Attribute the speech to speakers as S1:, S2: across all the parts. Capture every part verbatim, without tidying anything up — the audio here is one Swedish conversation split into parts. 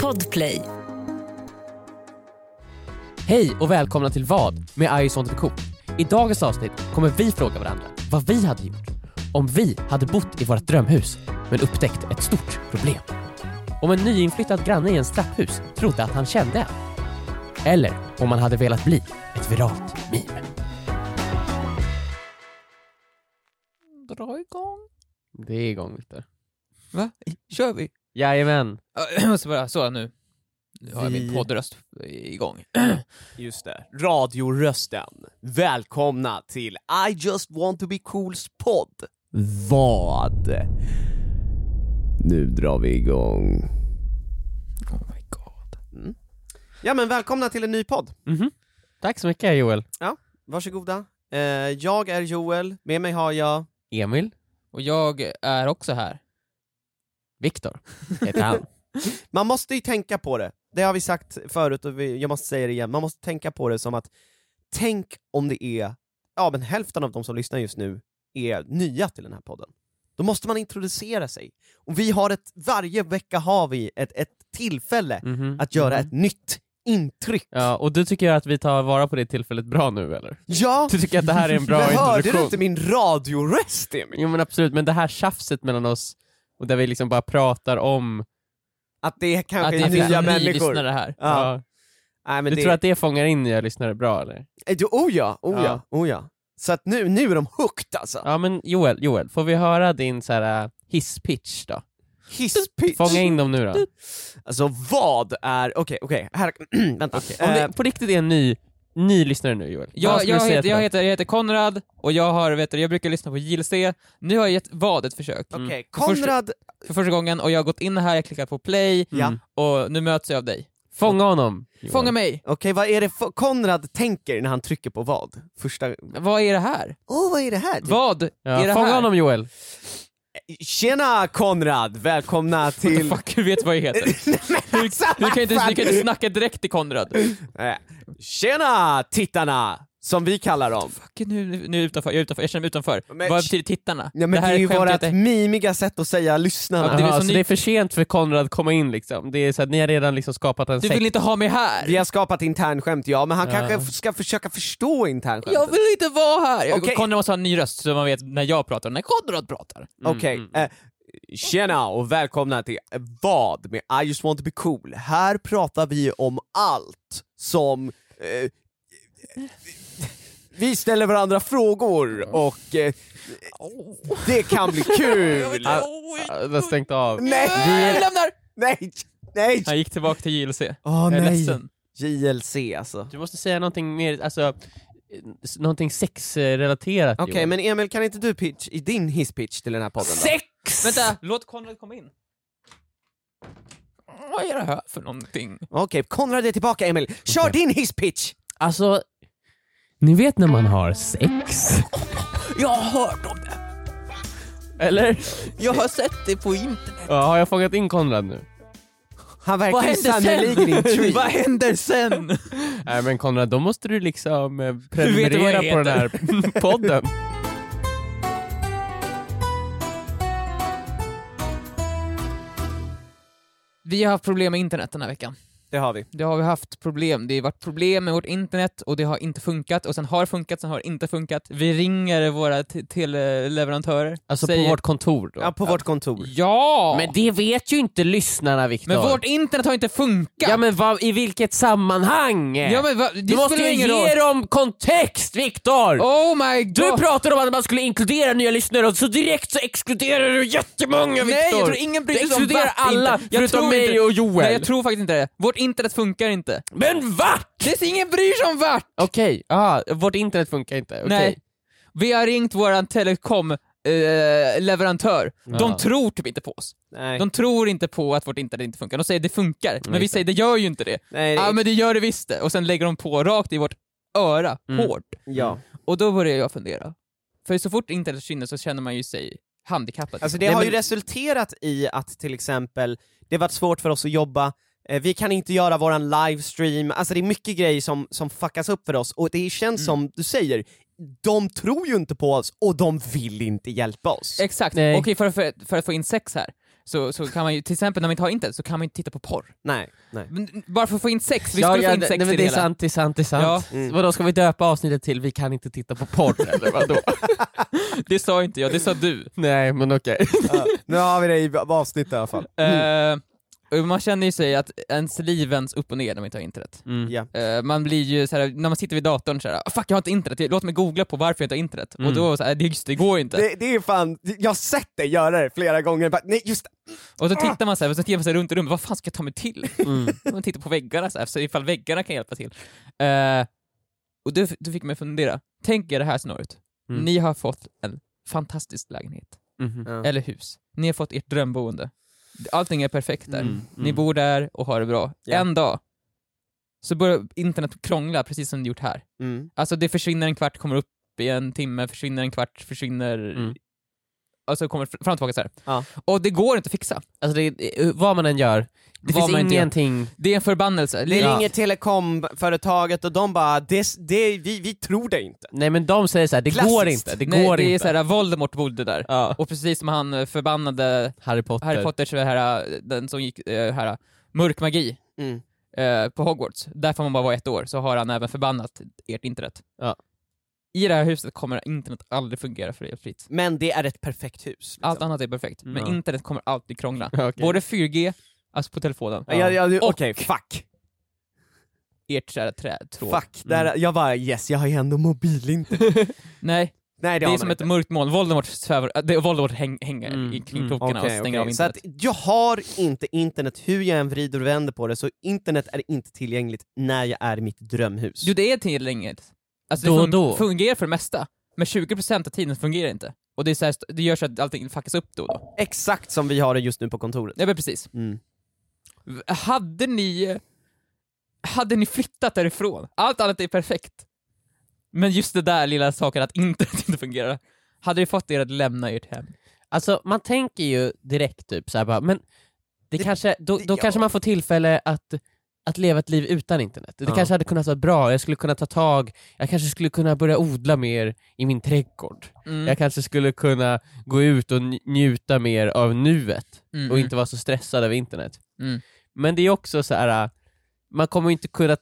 S1: Podplay.
S2: Hej och välkomna till Vad med I Just Want To Be Cool. I dagens avsnitt kommer vi fråga varandra vad vi hade gjort om vi hade bott i vårt drömhus men upptäckt ett stort problem. Om en nyinflyttad granne i en trapphus trodde att han kände en. Eller om man hade velat bli ett viralt meme.
S3: Dra igång.
S2: Det är igång, Victor.
S3: Va? Kör vi?
S2: Jajamän.
S3: så, bara, så nu. Nu har jag
S4: Vi-
S3: min poddröst igång.
S4: Just det, radiorösten. Välkomna till I Just Want To Be Cools podd. Vad? Nu drar vi igång.
S3: Oh my god.
S4: Mm. Ja men välkomna till en ny podd.
S2: Mhm. Tack så mycket, Joel.
S4: Varsågoda. Eh, jag är Joel, med mig har jag...
S2: Emil.
S3: Och jag är också här.
S2: Viktor heter han.
S4: Man måste ju tänka på det. Det har vi sagt förut och vi, jag måste säga det igen. Man måste tänka på det som att tänk om det är, ja men hälften av de som lyssnar just nu är nya till den här podden. Då måste man introducera sig. Och vi har ett, varje vecka har vi ett, ett tillfälle
S2: Mhm.
S4: att göra
S2: Mhm.
S4: ett nytt intryck.
S2: Ja, och du tycker att vi tar vara på det tillfället bra nu, eller?
S4: Ja!
S2: Du tycker att det här är en bra
S4: Men hörde
S2: introduktion?
S4: du inte min radioröst, Emil?
S2: Jo men absolut, men det här tjafset mellan oss och där vi liksom bara pratar om...
S4: Att det är kanske
S3: Att det
S4: är
S3: finns
S4: nya
S3: en ny
S4: människor.
S3: lyssnare här.
S4: Ja.
S2: Ja.
S4: Nej, men
S2: Du
S4: det...
S2: tror att det fångar in nya lyssnare bra, eller?
S4: Eh, du, oh ja, oh ja,
S2: Ja.
S4: oh ja. Så att nu, nu är de hooked alltså.
S2: Ja men Joel, Joel, får vi höra din så här uh, hisspitch då?
S4: Hisspitch.
S2: Fånga in dem nu då.
S4: Alltså vad är, okej, okej, här, vänta.
S2: Om
S4: Eh,
S2: det på riktigt är en ny, ny lyssnare nu, Joel. Vad
S3: Jag,
S2: skulle
S3: jag,
S2: du säga
S3: heter,
S2: till
S3: jag,
S2: dem?
S3: heter, jag heter Konrad och jag har, vet du, jag brukar lyssna på J L C. Nu har jag gett vad ett försök.
S2: Mm.
S4: Okej,
S3: För första-
S4: Konrad,
S3: För första gången och jag har gått in här, jag klickar på play
S4: ja.
S2: Mm.
S3: och nu möts jag av dig.
S2: Fånga honom, Joel.
S3: Fånga mig!
S4: Okej, vad är det för, Konrad tänker när han trycker på vad? Första,
S3: Vad är det här?
S4: åh oh, vad är det här?
S3: Vad
S2: Ja,
S3: är det
S2: fånga
S3: här?
S2: honom, Joel.
S4: Tjena Konrad, välkomna
S3: What the
S4: till...
S3: fuck, hur vet vad jag heter? Du, du, kan inte, du kan inte snacka direkt till Konrad.
S4: Eh, Tjena tittarna, som vi kallar dem.
S3: Fuck, nu, nu är jag utanför, jag är utanför, jag känner mig utanför.
S4: Men-
S3: Vad betyder tittarna?
S4: Ja, men det,
S3: här
S4: är ju
S3: skämt
S4: vårat
S3: inte-
S4: mimiga sätt att säga lyssnarna.
S3: Ja, det är väl
S2: Jaha,
S3: som
S2: så
S3: ni-
S2: det är för sent för Konrad att komma in liksom. Det är så att ni har redan liksom skapat en
S3: Du
S2: sekt.
S3: vill inte ha mig här!
S4: Vi har skapat internskämt, ja, men han
S2: Ja.
S4: kanske ska försöka förstå internskämtet.
S3: Jag vill inte vara här! Jag-
S4: Okej.
S3: Konrad måste ha en ny röst så man vet när jag pratar och när Konrad pratar.
S2: Mm,
S4: Okej,
S2: mm.
S4: eh, tjena och välkomna till Vad med I Just Want To Be Cool. Här pratar vi om allt som... Eh, vi ställer varandra frågor och eh, det kan bli kul.
S2: Ja, jag har stängt av.
S4: Nej,
S3: Jag lämnar!
S4: nej, nej!
S3: Han gick tillbaka till J L C.
S4: Åh
S3: Jag är
S4: nej,
S3: ledsen.
S4: J L C alltså.
S2: Du måste säga någonting mer, alltså eh, s- någonting sexrelaterat.
S4: Okej,
S2: Joel.
S4: men Emil, kan inte du pitch i din hisspitch till den här podden då?
S2: Sex!
S3: Vänta, låt Konrad komma in. Vad är det här för någonting?
S4: Okej, Konrad är tillbaka, Emil. Kör
S2: Okej.
S4: din hisspitch!
S2: Alltså, ni vet när man har sex?
S3: Jag har hört om det.
S2: Eller?
S3: Jag har sett det på internet.
S2: Ja, har jag fångat in Konrad nu?
S4: Han
S3: Vad
S4: verkar ju
S3: händer
S4: sannerligen
S3: sen?
S4: intrigued.
S3: Vad händer sen?
S2: Nej men Konrad, då måste du liksom eh,
S3: vet vad
S2: prenumerera
S3: jag
S2: på den här podden.
S3: Vi har haft problem med internet den här veckan.
S4: Det har vi.
S3: Det har vi haft problem. Det har varit problem med vårt internet och det har inte funkat. Och sen har det funkat, sen har det inte funkat. Vi ringer våra te- teleleverantörer.
S2: Alltså
S3: säger,
S2: på vårt kontor då.
S4: Ja, på vårt kontor.
S3: Ja!
S2: Men det vet ju inte lyssnarna, Viktor.
S3: Men vårt internet har inte funkat!
S2: Ja men vad, i vilket sammanhang?
S3: Ja, men va, det
S2: du måste
S3: spelar
S2: ju
S3: ingen
S2: ge
S3: roll.
S2: dem kontext, Viktor!
S3: Oh my god!
S2: Du pratar om att man skulle inkludera nya lyssnare och så direkt så exkluderar du jättemånga, Viktor!
S3: Nej, jag tror ingen bryr
S2: Du
S3: sig om
S2: exkluderar
S3: vart
S2: alla,
S3: internet- jag
S2: förutom
S3: tror
S2: mig
S3: inte-
S2: och Joel.
S3: Nej, jag tror faktiskt inte det. Vårt internet funkar inte.
S2: Men vart?
S3: Det är ingen bryr sig om vart!
S2: Okej, aha, vårt internet funkar inte. Okej.
S3: Nej. Vi har ringt våran telekom eh, leverantör.
S2: Ja.
S3: De tror typ inte på oss.
S4: Nej.
S3: De tror inte på att vårt internet inte funkar. De säger det funkar, men
S2: Nej,
S3: vi
S2: inte.
S3: säger det gör ju inte det.
S4: Nej,
S3: Ja, men det gör det visst det. Och sen lägger de på rakt i vårt öra,
S2: Mm.
S3: hårt.
S4: ja.
S3: Och då börjar jag fundera. För så fort internet försvinner så känner man ju sig handikappad.
S4: Alltså det
S2: Nej,
S4: har
S2: men-
S4: ju resulterat i att till exempel det har varit svårt för oss att jobba, eh, vi kan inte göra våran livestream, alltså det är mycket grejer som, som fuckas upp för oss, och det känns
S3: Mm.
S4: som du säger, de tror ju inte på oss och de vill inte hjälpa oss.
S3: Exakt.
S2: Nej.
S3: Okej, för, för, för att få in sex här. så, så kan man ju, till exempel när man inte har internet så kan man inte titta på porr.
S4: Nej, nej.
S3: Men, bara för att få in sex, vi
S2: Ja,
S3: skulle
S2: ja,
S3: få in
S2: det,
S3: sex
S2: nej, men
S3: i
S2: det är
S3: hela.
S2: sant, det är sant, det är sant.
S3: Ja.
S4: Mm.
S2: Vadå, ska vi döpa avsnittet till vi kan inte titta på porr eller vadå?
S3: Det sa inte jag, det sa du.
S2: Nej, men okej.
S4: Ja, nu har vi det i avsnitt i alla fall. Mm.
S3: Eh, och man känner ju sig att ens liv vänds upp och ner när man inte har internet.
S2: Mm.
S4: Ja.
S3: Eh, man blir ju såhär, när man sitter vid datorn såhär, ah, fuck jag har inte internet, låt mig googla på varför jag inte har internet.
S2: Mm.
S3: Och då såhär, det, just, det går ju inte.
S4: Det, det är fan, jag har sett dig göra det flera gånger, bara, nej just det.
S3: Och så tittar man såhär, och så tittar man såhär runt i rummet, vad fan ska jag ta mig till?
S2: Mm.
S3: Man tittar på väggarna såhär, så ifall väggarna kan hjälpa till. Eh, och då, då fick mig fundera, tänk er det här scenariot.
S2: Mm.
S3: Ni har fått en fantastisk lägenhet,
S2: Mhm.
S4: Ja.
S3: eller hus. Ni har fått ert drömboende. Allting är perfekt där.
S2: Mm.
S3: Ni bor där och har det bra.
S4: Ja.
S3: En dag så börjar internet krångla precis som det gjort här.
S4: Mm.
S3: Alltså det försvinner en kvart, kommer upp i en timme, försvinner en kvart, försvinner...
S2: Mm.
S3: Alltså kommer fram och tillbaka så här.
S4: Ja.
S3: Och det går inte att fixa.
S2: Alltså det, det- vad man än gör, det
S3: Vad
S2: finns
S3: man inte gör.
S2: ingenting.
S3: Det är en förbannelse.
S4: Det
S3: Det är-
S4: ringer telekomföretaget och de bara, det, det, vi, vi tror det inte.
S2: Nej men de säger så här, det
S4: Klassiskt.
S2: går inte, det
S3: Nej,
S2: går
S3: det är
S2: inte.
S3: så här, Voldemort bodde där.
S2: Ja.
S3: Och precis som han eh, förbannade
S2: Harry Potter.
S3: Harry Potters eh, här, den som gick eh, här, mörk magi
S4: Mm.
S3: eh, på Hogwarts. Där får man bara vara ett år, så har han även förbannat ert internet.
S2: Ja.
S3: I det här huset kommer internet aldrig fungera för er fritt.
S4: Men det är ett perfekt hus. Liksom.
S3: Allt annat är perfekt, men
S2: Ja.
S3: internet kommer alltid krångla.
S2: Okej.
S3: Både fyra G, alltså på telefonen,
S4: Ja, ja, ja,
S3: Och-
S4: okej, fuck.
S3: ert så här trä, tråd.
S4: Fuck, där, jag bara yes, jag har ju ändå mobilinternet.
S3: Nej,
S4: Nej, det,
S3: det
S4: har
S3: är
S4: man
S3: som
S4: inte.
S3: ett mörkt moln. Voldemort svävar, äh, det, Voldemort häng, hänger
S2: Mm,
S3: i kring
S2: mm,
S3: klockorna
S4: Okej,
S3: och stänger
S4: okej.
S3: av
S4: Så
S3: internet.
S4: att jag har inte internet hur jag än vrider och vänder på det, så internet är inte tillgängligt när jag är i mitt drömhus.
S3: Jo, det är tillgängligt. Alltså,
S2: Då
S3: det
S2: och då.
S3: fungerar för det mesta, men tjugo procent av tiden fungerar inte. Och det, är så här, det gör så att allting fuckas upp då och då.
S4: Exakt som vi har det just nu på kontoret.
S3: Ja, men precis.
S4: Mm.
S3: Hade ni Hade ni flyttat därifrån? Allt annat är perfekt. Men just det där lilla saken att internet inte fungerar, hade det fått er att lämna ert hem?
S2: Alltså man tänker ju direkt typ så här bara, men det,
S4: Det-
S2: kanske, då,
S4: det-
S2: då
S4: ja.
S2: kanske man får tillfälle att, att leva ett liv utan internet. Det
S4: Ja.
S2: kanske hade kunnat vara bra, jag skulle kunna ta tag, jag kanske skulle kunna börja odla mer i min trädgård.
S3: Mm.
S2: Jag kanske skulle kunna gå ut och nj- njuta mer av nuet
S3: Mm,
S2: och inte vara så stressad av internet.
S3: mm.
S2: Men det är också så här, man kommer ju inte kunna,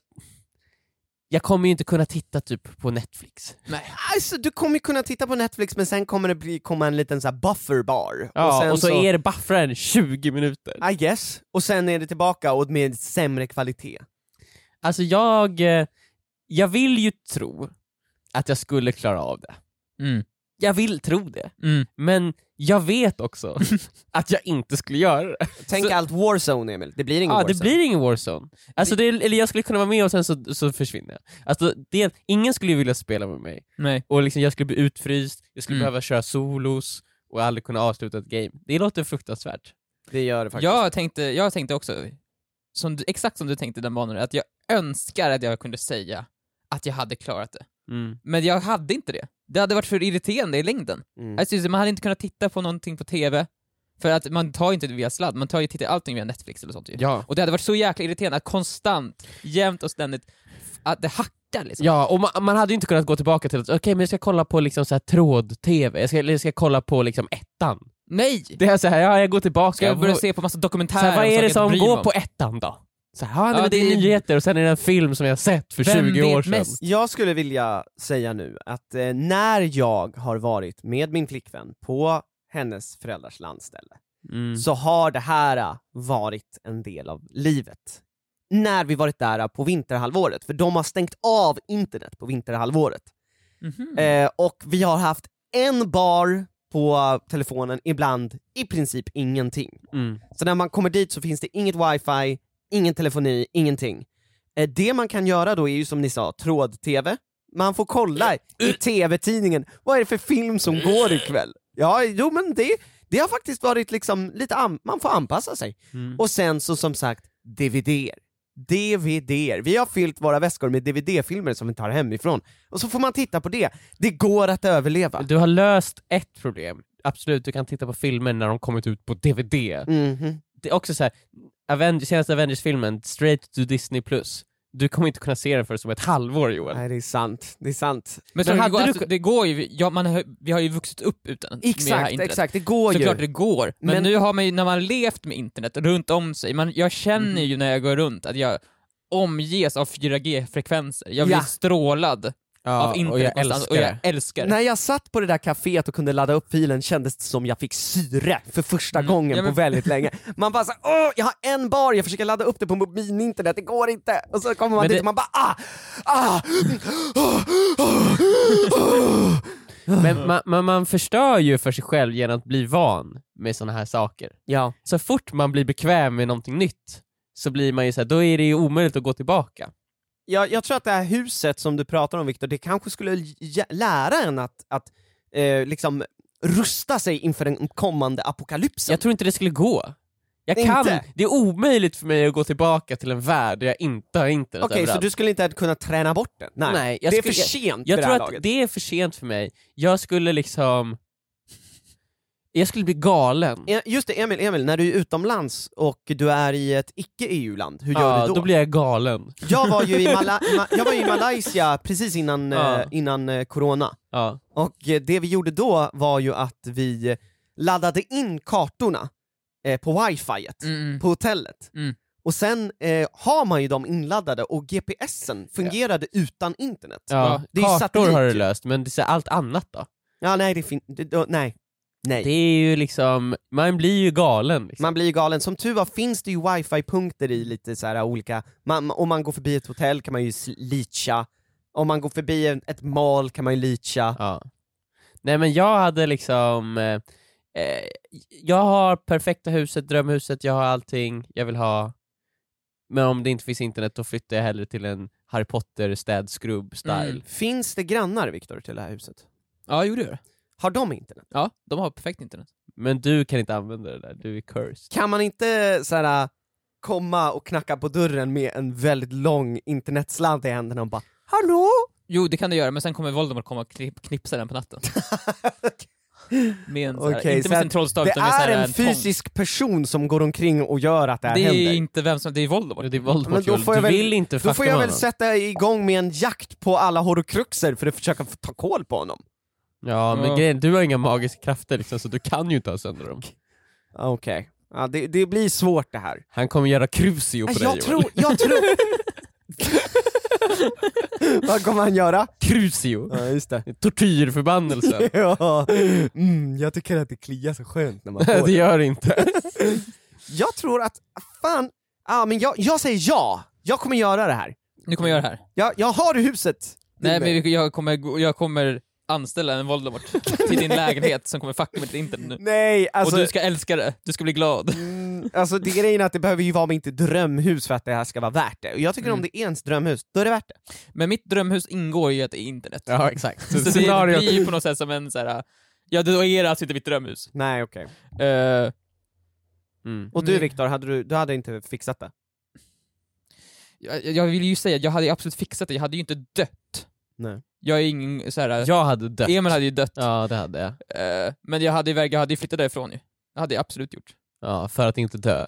S2: jag kommer ju inte kunna titta typ på Netflix.
S3: Nej.
S4: Alltså, du kommer ju kunna titta på Netflix, men sen kommer det bli, komma en liten så här bufferbar.
S2: Ja,
S4: sen
S2: och så, är det buffraren tjugo minuter.
S4: I guess. Och sen är det tillbaka och med sämre kvalitet.
S2: Alltså jag, eh, jag vill ju tro att jag skulle klara av det.
S3: Mm.
S2: Jag vill tro det.
S3: Mm.
S2: Men jag vet också att jag inte skulle göra det.
S4: Tänk
S2: Så-
S4: allt Warzone, Emil. Det blir ingen
S2: Ja,
S4: Warzone.
S2: det blir ingen Warzone. Alltså det, eller jag skulle kunna vara med och sen så, så försvinner jag. Alltså det, ingen skulle ju vilja spela med mig.
S3: Nej.
S2: Och liksom jag skulle bli utfryst, jag skulle
S3: Mm.
S2: behöva köra solos och aldrig kunna avsluta ett game. Det låter fruktansvärt.
S4: Det gör det faktiskt.
S3: Jag tänkte, jag tänkte också, som du, exakt som du tänkte den banan, att jag önskar att jag kunde säga att jag hade klarat det.
S2: Mm.
S3: Men jag hade inte det. Det hade varit för irriterande i längden.
S4: Mm.
S3: Alltså, man hade inte kunnat titta på någonting på T V, för att man tar ju inte det via sladd, man tar ju tittar allting via Netflix eller sånt ju.
S2: Ja.
S3: Och det hade varit så jäkla irriterande att konstant, jämt och ständigt, att det hackar liksom.
S2: Ja, och man, man hade ju inte kunnat gå tillbaka till att okej, men jag ska kolla på liksom så här tråd-tv, jag ska, eller jag ska kolla på liksom ettan.
S3: Nej!
S2: Det är så här, ja jag går tillbaka.
S3: Ska jag börja
S2: får-
S3: se på massa
S2: så
S3: dokumentärer
S2: här, vad
S3: om
S2: är det
S3: saker jag
S2: som
S3: inte bryr mig
S2: går
S3: om?
S2: på ettan då? Så här, ja,
S3: Ja,
S2: det, det är
S3: det är-
S2: nyheter och sen är det en film som jag sett för
S3: Vem
S2: tjugo
S3: vet
S2: år sedan.
S3: mest?
S4: Jag skulle vilja säga nu att eh, när jag har varit med min flickvän på hennes föräldrars landställe,
S2: Mm.
S4: så har det här eh, varit en del av livet. När vi varit där eh, på vinterhalvåret, för de har stängt av internet på vinterhalvåret.
S3: Mhm.
S4: Eh, och vi har haft en bar på telefonen, ibland i princip ingenting.
S2: Mm.
S4: Så när man kommer dit så finns det inget wifi, ingen telefoni, ingenting. Eh, det man kan göra då är ju som ni sa, tråd-tv. Man får kolla i tv-tidningen, vad är det för film som går ikväll? Ja, jo men det, det har faktiskt varit liksom lite, an- man får anpassa sig.
S2: Mm.
S4: Och sen så som sagt, D V D-er. D V D-er. Vi har fyllt våra väskor med D V D-filmer som vi tar hemifrån. Och så får man titta på det. Det går att överleva.
S2: Du har löst ett problem. Absolut, du kan titta på filmer när de kommit ut på D V D.
S4: Mhm.
S2: Det är också så här, Avengers, senaste Avengers-filmen, straight to Disney plus. Du kommer inte kunna se den för som ett halvår, Joel.
S4: Nej, det är sant. Det är sant.
S3: Men, så
S4: Men
S3: det,
S4: hade
S3: går,
S4: du-
S3: alltså, det går ju, ja, man har, vi har ju vuxit upp utan med det här
S4: Exakt,
S3: internet.
S4: exakt. Det går
S3: Såklart
S4: ju.
S3: det går, men,
S4: Men-
S3: nu har man ju, när man har levt med internet runt om sig, man, jag känner
S4: Mhm.
S3: ju när jag går runt att jag omges av fyra G-frekvenser, jag blir
S4: Ja.
S3: strålad
S2: Ja,
S3: av internet
S2: och jag
S3: någonstans,
S2: älskar
S3: och jag
S2: det.
S3: älskar det.
S4: När jag satt på det där kaféet och kunde ladda upp filen kändes det som jag fick syre för första
S3: Mm.
S4: gången
S3: Ja, men-
S4: på väldigt länge. Man bara såhär, åh, jag har en bar, jag försöker ladda upp det på mobilinternet, det går inte. Och så kommer man
S2: Men
S4: dit
S2: det-
S4: och man bara, ah, ah,
S2: Men man, man, man förstör ju för sig själv genom att bli van med såna här saker.
S4: Ja.
S2: Så fort man blir bekväm med någonting nytt så blir man ju så här, då är det ju omöjligt att gå tillbaka.
S4: Jag, jag tror att det här huset som du pratar om, Victor, det kanske skulle j- lära en att, att eh, liksom rusta sig inför den kommande apokalypsen.
S2: Jag tror inte det skulle gå. Jag
S4: Inte?
S2: kan, det är omöjligt för mig att gå tillbaka till en värld där jag inte har internet
S4: Okej, så
S2: överallt.
S4: du skulle inte kunna träna bort den? Nej,
S2: Nej, jag
S4: det är
S2: skulle-
S4: för sent
S2: Jag
S4: för det
S2: tror
S4: här
S2: att
S4: laget.
S2: det är för sent för mig. Jag skulle liksom... Jag skulle bli galen.
S4: E- Just det, Emil, Emil, när du är utomlands och du är i ett icke-E U-land, hur gör
S2: Ja,
S4: du då?
S2: då blir jag galen.
S4: Jag var ju i, Mala- Ma- jag var i Malaysia precis innan,
S2: Ja.
S4: eh, innan eh, corona,
S2: Ja.
S4: och eh, det vi gjorde då var ju att vi laddade in kartorna eh, på wifiet
S3: Mm.
S4: på hotellet.
S3: Mm.
S4: Och sen eh, har man ju dem inladdade och G P S'en fungerade utan internet.
S2: Ja.
S4: det är ju
S2: Kartor
S4: satellit
S2: har du
S4: ju.
S2: löst, men det är allt annat då?
S4: Ja, nej, det fin- det, då, nej. nej.
S2: Det är ju liksom, man blir ju galen liksom.
S4: Man blir ju galen. Som tur var finns det ju wifi-punkter i lite så här olika, man, om man går förbi ett hotell kan man ju s- leacha, om man går förbi en- ett mall kan man ju leacha.
S2: Ja. Nej men jag hade liksom eh, eh, jag har perfekta huset, drömhuset, jag har allting jag vill ha. Men om det inte finns internet då flyttar jag hellre till en Harry Potter städskrubb style.
S3: Mm.
S4: Finns det grannar, Victor, till det här huset?
S3: Ja, jo det gör det.
S4: Har de internet?
S3: Ja, de har perfekt internet.
S2: Men du kan inte använda det där, du är cursed.
S4: Kan man inte så här komma och knacka på dörren med en väldigt lång internetslant i händerna och bara hallå?
S3: Jo, det kan du göra, men sen kommer Voldemort komma och knip- knipsa den på natten. Med en, så här,
S4: Okej,
S3: inte
S4: så
S3: med
S4: att
S3: sin trollstav,
S4: det
S3: utan med så
S4: är
S3: här,
S4: en
S3: tång.
S4: fysisk person som går omkring och gör att det här
S3: Det
S4: händer.
S3: är inte vem som, det är Voldemort.
S2: Det är Voldemort,
S4: Men då
S2: Joel.
S4: får
S2: Du
S4: jag väl-
S2: vill inte
S4: Då
S2: fucka
S4: får jag
S2: med
S4: väl
S2: honom.
S4: sätta igång med en jakt på alla horcruxer för att försöka få ta koll på honom.
S2: Ja men
S3: Ja.
S2: grejen, du har inga magiska krafter liksom, så du kan ju inte ha sönder dem.
S4: Okej, ja, det, det blir svårt det här.
S2: Han kommer göra Crucio på dig,
S4: Jag
S2: Joel.
S4: tror, jag tror... Vad kommer han göra?
S2: Crucio.
S4: Ja, just det.
S2: Tortyrförbannelsen.
S4: Ja, mm, jag tycker att det kliar så skönt när man får
S2: Det
S4: det.
S2: gör det inte.
S4: Jag tror att, fan, ja, men jag, jag säger ja, jag kommer göra det här.
S3: Nu kommer jag göra det här.
S4: Jag, jag har huset.
S3: Nej, men vi- jag kommer, gå- jag kommer anställa en Voldemort till din lägenhet som kommer fucka med ditt internet nu.
S4: Nej, alltså,
S3: Och du ska älska det, du ska bli glad.
S4: mm, alltså det grejen är att det behöver ju vara mitt drömhus för att det här ska vara värt det. Och jag tycker
S3: Mm.
S4: om det är ens drömhus, då är det värt det.
S3: Men mitt drömhus ingår ju att det är internet.
S2: Ja exakt.
S3: Så det
S2: Scenario-
S3: blir ju på något sätt som en så här. Ja, då är det alltså inte mitt drömhus.
S4: Nej, okej.
S3: Eh,
S2: Mm.
S4: Och du
S3: Nej.
S4: Viktor, hade du, du hade inte fixat det?
S3: jag, jag vill ju säga att jag hade absolut fixat det, jag hade ju inte dött.
S4: Nej.
S3: Jag är ingen så här.
S2: Jag hade dött.
S3: Emil hade ju dött.
S2: Ja det hade jag.
S3: Eh, men jag hade, iväg, jag hade ju flyttat därifrån ju. Det hade jag absolut gjort.
S2: Ja, för att inte dö.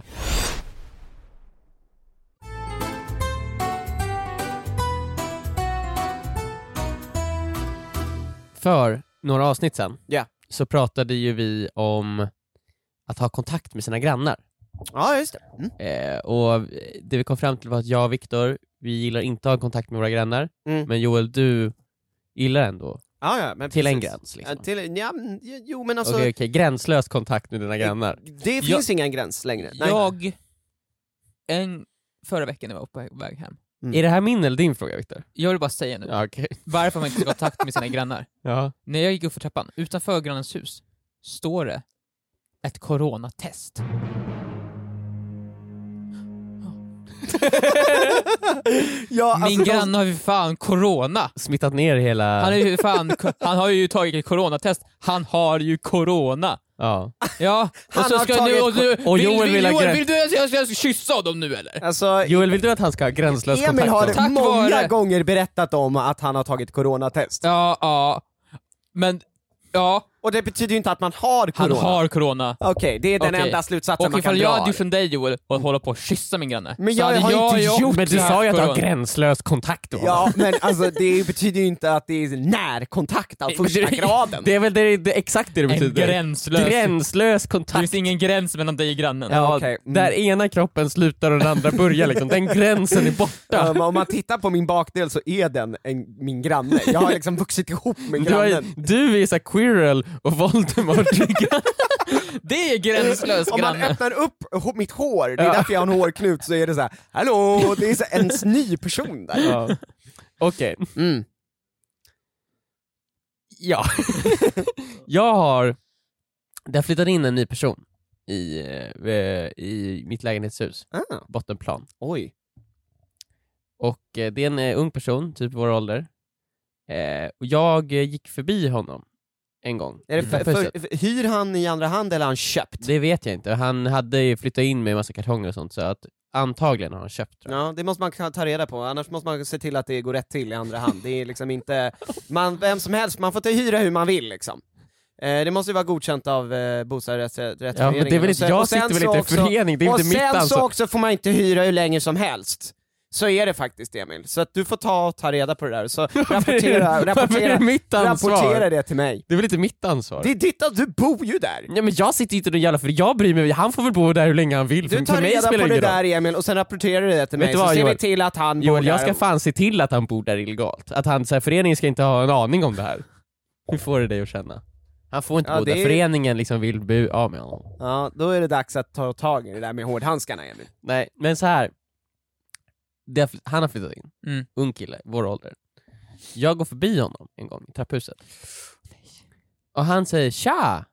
S2: För några avsnitt sen
S4: Ja.
S2: så pratade ju vi om att ha kontakt med sina grannar.
S4: Ja, just det. Mm.
S2: Eh, och det vi kom fram till var att jag och Viktor, vi gillar inte att ha kontakt med våra grannar.
S4: Mm.
S2: Men Joel, du gillar ändå
S4: Ja, ja, men
S2: till en
S4: precis.
S2: gräns liksom.
S4: Ja, till, ja, men, jo men alltså,
S2: Okej, okej, gränslös kontakt med dina grannar.
S4: det finns ingen gräns längre. Nej.
S3: Jag, en, förra veckan när jag var på väg hem,
S4: Mm.
S2: Är det här min eller din fråga, Viktor?
S3: jag vill bara säga nu,
S2: Ja, okej.
S3: varför man inte ska ha kontakt med sina grannar.
S2: Ja.
S3: När jag gick upp för trappan, utanför grannens hus, står det ett coronatest.
S4: Ja,
S3: Min
S4: alltså, de-
S3: granne har ju fan corona!
S2: Smittat ner hela...
S3: Han, är ju fan, han har ju tagit ett coronatest, han har ju corona!
S2: Ja.
S3: Ja,
S4: Han
S3: och så
S4: har
S3: ska
S4: tagit
S3: nu, och nu,
S2: och
S3: vill,
S2: Joel
S3: vill,
S2: vill ha
S3: Joel,
S2: gräns-
S3: vill du att jag ska, jag ska kyssa dem nu eller?
S4: Alltså,
S2: Joel, vill du att han ska ha gränslös
S4: Emil
S2: kontakt?
S4: har
S2: med-
S3: Tack
S4: många
S3: vare-
S4: gånger berättat om att han har tagit coronatest.
S3: Ja, ja. Men, ja.
S4: Och det betyder ju inte att man har
S3: Han
S4: corona.
S3: har corona.
S4: Okej, okay, det är den
S3: Okej.
S4: enda slutsatsen
S3: Och
S4: man kan
S3: ifall
S4: dra.
S3: jag hade gjort som dig Joel och hålla på att kyssa min granne.
S4: Men
S3: så
S4: jag
S3: hade
S4: har
S3: jag
S4: inte
S3: ju
S4: gjort
S3: också
S2: Men du
S3: haft
S2: sa ju att du har
S3: corona.
S2: gränslös kontakt då.
S4: Ja, men alltså det betyder ju inte att det är närkontakt av första
S2: det,
S4: graden.
S2: Det är väl det, det, exakt det det
S3: En
S2: betyder.
S3: gränslös.
S2: Gränslös
S3: Det
S2: kontakt.
S3: finns ingen gräns mellan dig och grannen.
S2: Ja,
S4: Okej, mm.
S2: där ena kroppen slutar och den andra börjar liksom. Den gränsen är borta.
S4: Um, om man tittar på min bakdel så är den en, min granne. Jag har liksom vuxit ihop med
S2: Du, har,
S4: grannen.
S2: du är så här Quirrell och Voldemort.
S3: Det är gränslös
S4: Om man
S3: granne.
S4: öppnar upp h- mitt hår, det är
S2: Ja.
S4: därför jag har en hårknut, så är det så här: hallå, det är så en ny person där.
S2: Ja. Okej.
S4: Mm.
S2: Ja. Jag har... Det har flyttat in en ny person i, eh, i mitt lägenhetshus,
S4: Ah,
S2: bottenplan.
S4: oj.
S2: Och eh, det är en eh, ung person, typ vår ålder. Eh, och jag eh, gick förbi honom en gång.
S4: Är det
S2: i
S4: för,
S2: trapphuset.
S4: för, för, hyr han i andra hand eller har han köpt?
S2: Det vet jag inte. Han hade ju flyttat in med en massa kartonger och sånt, så att antagligen har han köpt, tror jag.
S4: Ja, det måste man kan ta reda på, annars måste man se till att det går rätt till i andra hand. Det är liksom inte, man, vem som helst, man får ta hyra hur man vill liksom. Eh, det måste ju vara godkänt av eh, bostadsrättsföreningen.
S2: Ja, men det är väl inte, jag sitter väl inte i
S4: också,
S2: förening, det är
S4: och
S2: inte mitt
S4: sen så
S2: ansvar.
S4: också får man inte hyra hur länge som helst. Så är det faktiskt, Emil. Så att du får ta ta reda på det där, så rapportera,
S2: Varför är
S4: rapportera,
S2: det mitt ansvar?
S4: rapportera det till mig.
S2: Det är väl inte mitt ansvar?
S4: Det är ditt, du bor ju där.
S2: Ja, men jag sitter ju inte och jävla för jag bryr mig, han får väl bo där hur länge han vill. För,
S4: Du tar
S2: för mig
S4: reda
S2: spelar
S4: på
S2: det
S4: det
S2: ingen roll.
S4: där, Emil, och sen rapporterar du det till
S2: Vet
S4: mig,
S2: du
S4: så
S2: vad,
S4: ser vi
S2: Joel?
S4: till att han bor
S2: Joel, jag
S4: där.
S2: ska fan se till att han bor där illegalt. Att han, så här, föreningen ska inte ha en aning om det här. Hur får det dig att känna? Han får inte
S4: Ja,
S2: bo
S4: det
S2: där,
S4: är-
S2: föreningen liksom vill bu av med honom.
S4: Ja, då är det dags att ta tag i det där med hårdhandskarna, Emil.
S2: Nej, men så här. Det har, fly- han har flyttat in,
S3: Mm.
S2: ung kille, vår ålder. Jag går förbi honom en gång i trapphuset. Och han säger tja!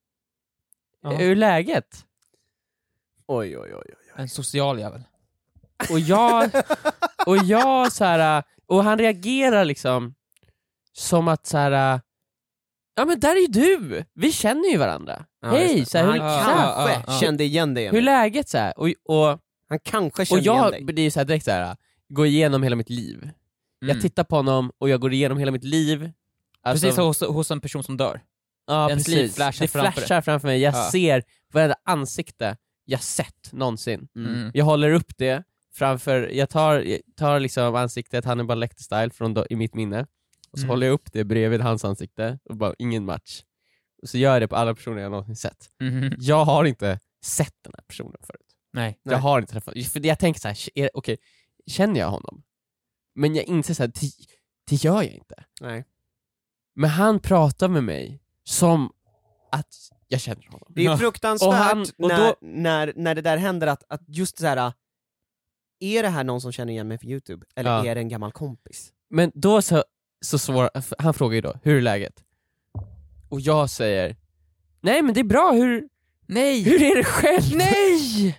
S3: Ja.
S2: Hur är läget?
S4: Oj, oj, oj, oj.
S3: En social jävel.
S2: Och jag, och jag så här, och han reagerar liksom som att så här, ja men där är ju du, vi känner ju varandra.
S4: Ja,
S2: Hej,
S4: just
S2: så
S4: det.
S2: här,
S4: Han
S2: hur,
S3: Ja,
S4: kanske
S3: ja, ja.
S4: kände igen dig,
S2: hur är
S4: Emil.
S2: läget så här? Och, och,
S4: Han kanske
S2: och
S4: kände igen
S2: jag
S4: dig.
S2: blir ju så här direkt så här, går igenom hela mitt liv.
S3: Mm.
S2: Jag tittar på honom och jag går igenom hela mitt liv. Alltså,
S3: Precis hos, hos en person som dör.
S2: ja,
S3: ens liv
S2: precis.
S3: flashar
S2: det
S3: framför
S2: flashar framför mig. Jag
S3: Ja.
S2: ser varenda ansikte jag sett någonsin.
S3: Mm.
S2: Jag håller upp det framför, jag tar, jag tar liksom ansiktet Hannibal Lecter-style från då, i mitt minne, och så
S3: Mm.
S2: håller jag upp det bredvid hans ansikte och bara ingen match. Och så gör jag det på alla personer jag någonsin sett.
S3: Mhm.
S2: Jag har inte sett den här personen förut.
S3: Nej.
S2: Jag har inte träffat, för jag tänker så här, är- okej, känner jag honom? Men jag inser så här, det, det gör jag inte.
S4: Nej.
S2: Men han pratar med mig som att jag känner honom.
S4: Det är
S3: Ja.
S4: fruktansvärt
S2: Och han- och
S4: när,
S2: då-
S4: när, när det där händer, att, att just så här. Är det här någon som känner igen mig från YouTube? Eller
S2: Ja.
S4: är det en gammal kompis?
S2: Men då så, så svår, han frågar ju då, hur är läget? Och jag säger, nej men det är bra, hur,
S3: Nej!
S2: hur är det själv?
S3: Nej!